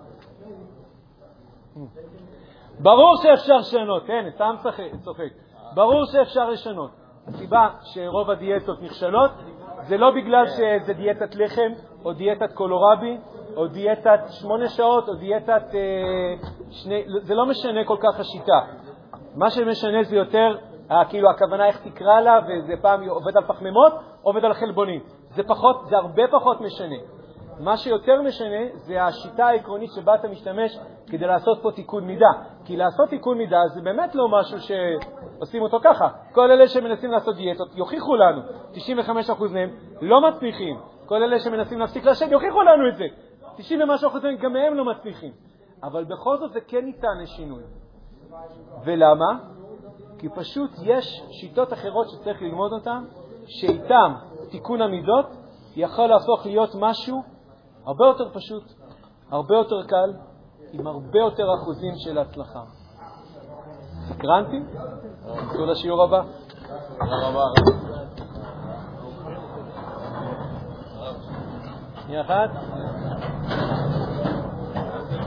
A: ברור שאפשר לשנות, כן, סתם צוחק. ברור שאפשר לשנות. הסיבה שרוב הדיאטות נכשלות, זה לא בגלל שזה דיאטת לחם, או דיאטת קולורבי, או דיאטת שמונה שעות, או דיאטת אה, שני, זה לא משנה כל כך השיטה. מה שמשנה זה יותר, אה, כאילו הכוונה איך תקרא לה, וזה פעם עובד על פחמימות, עובד על חלבונים. זה פחות, זה הרבה פחות משנה. מה שיותר משנה זה השיטה העקרונית שבה אתה משתמש כדי לעשות פה תיקון מידה. כי לעשות תיקון מידה זה באמת לא משהו שעושים אותו ככה. כל אלה שמנסים לעשות דיאטות יוכיחו לנו, תשעים וחמישה אחוז מהם לא מצליחים. כל אלה שמנסים להפסיק לעשן יוכיחו לנו את זה. תשעים ומשהו אחוז מהם גם מהם לא מצליחים. אבל בכל זאת זה כן ניתן לשינוי. ולמה? כי פשוט יש שיטות אחרות שצריך ללמוד אותן, שאיתם תיקון המידות יכול להפוך להיות משהו הרבה יותר פשוט, הרבה יותר קל, עם הרבה יותר אחוזים של הצלחה. סקרנתי? נצאו לשיעור הבא.
B: תודה רבה.
A: שנייה אחת.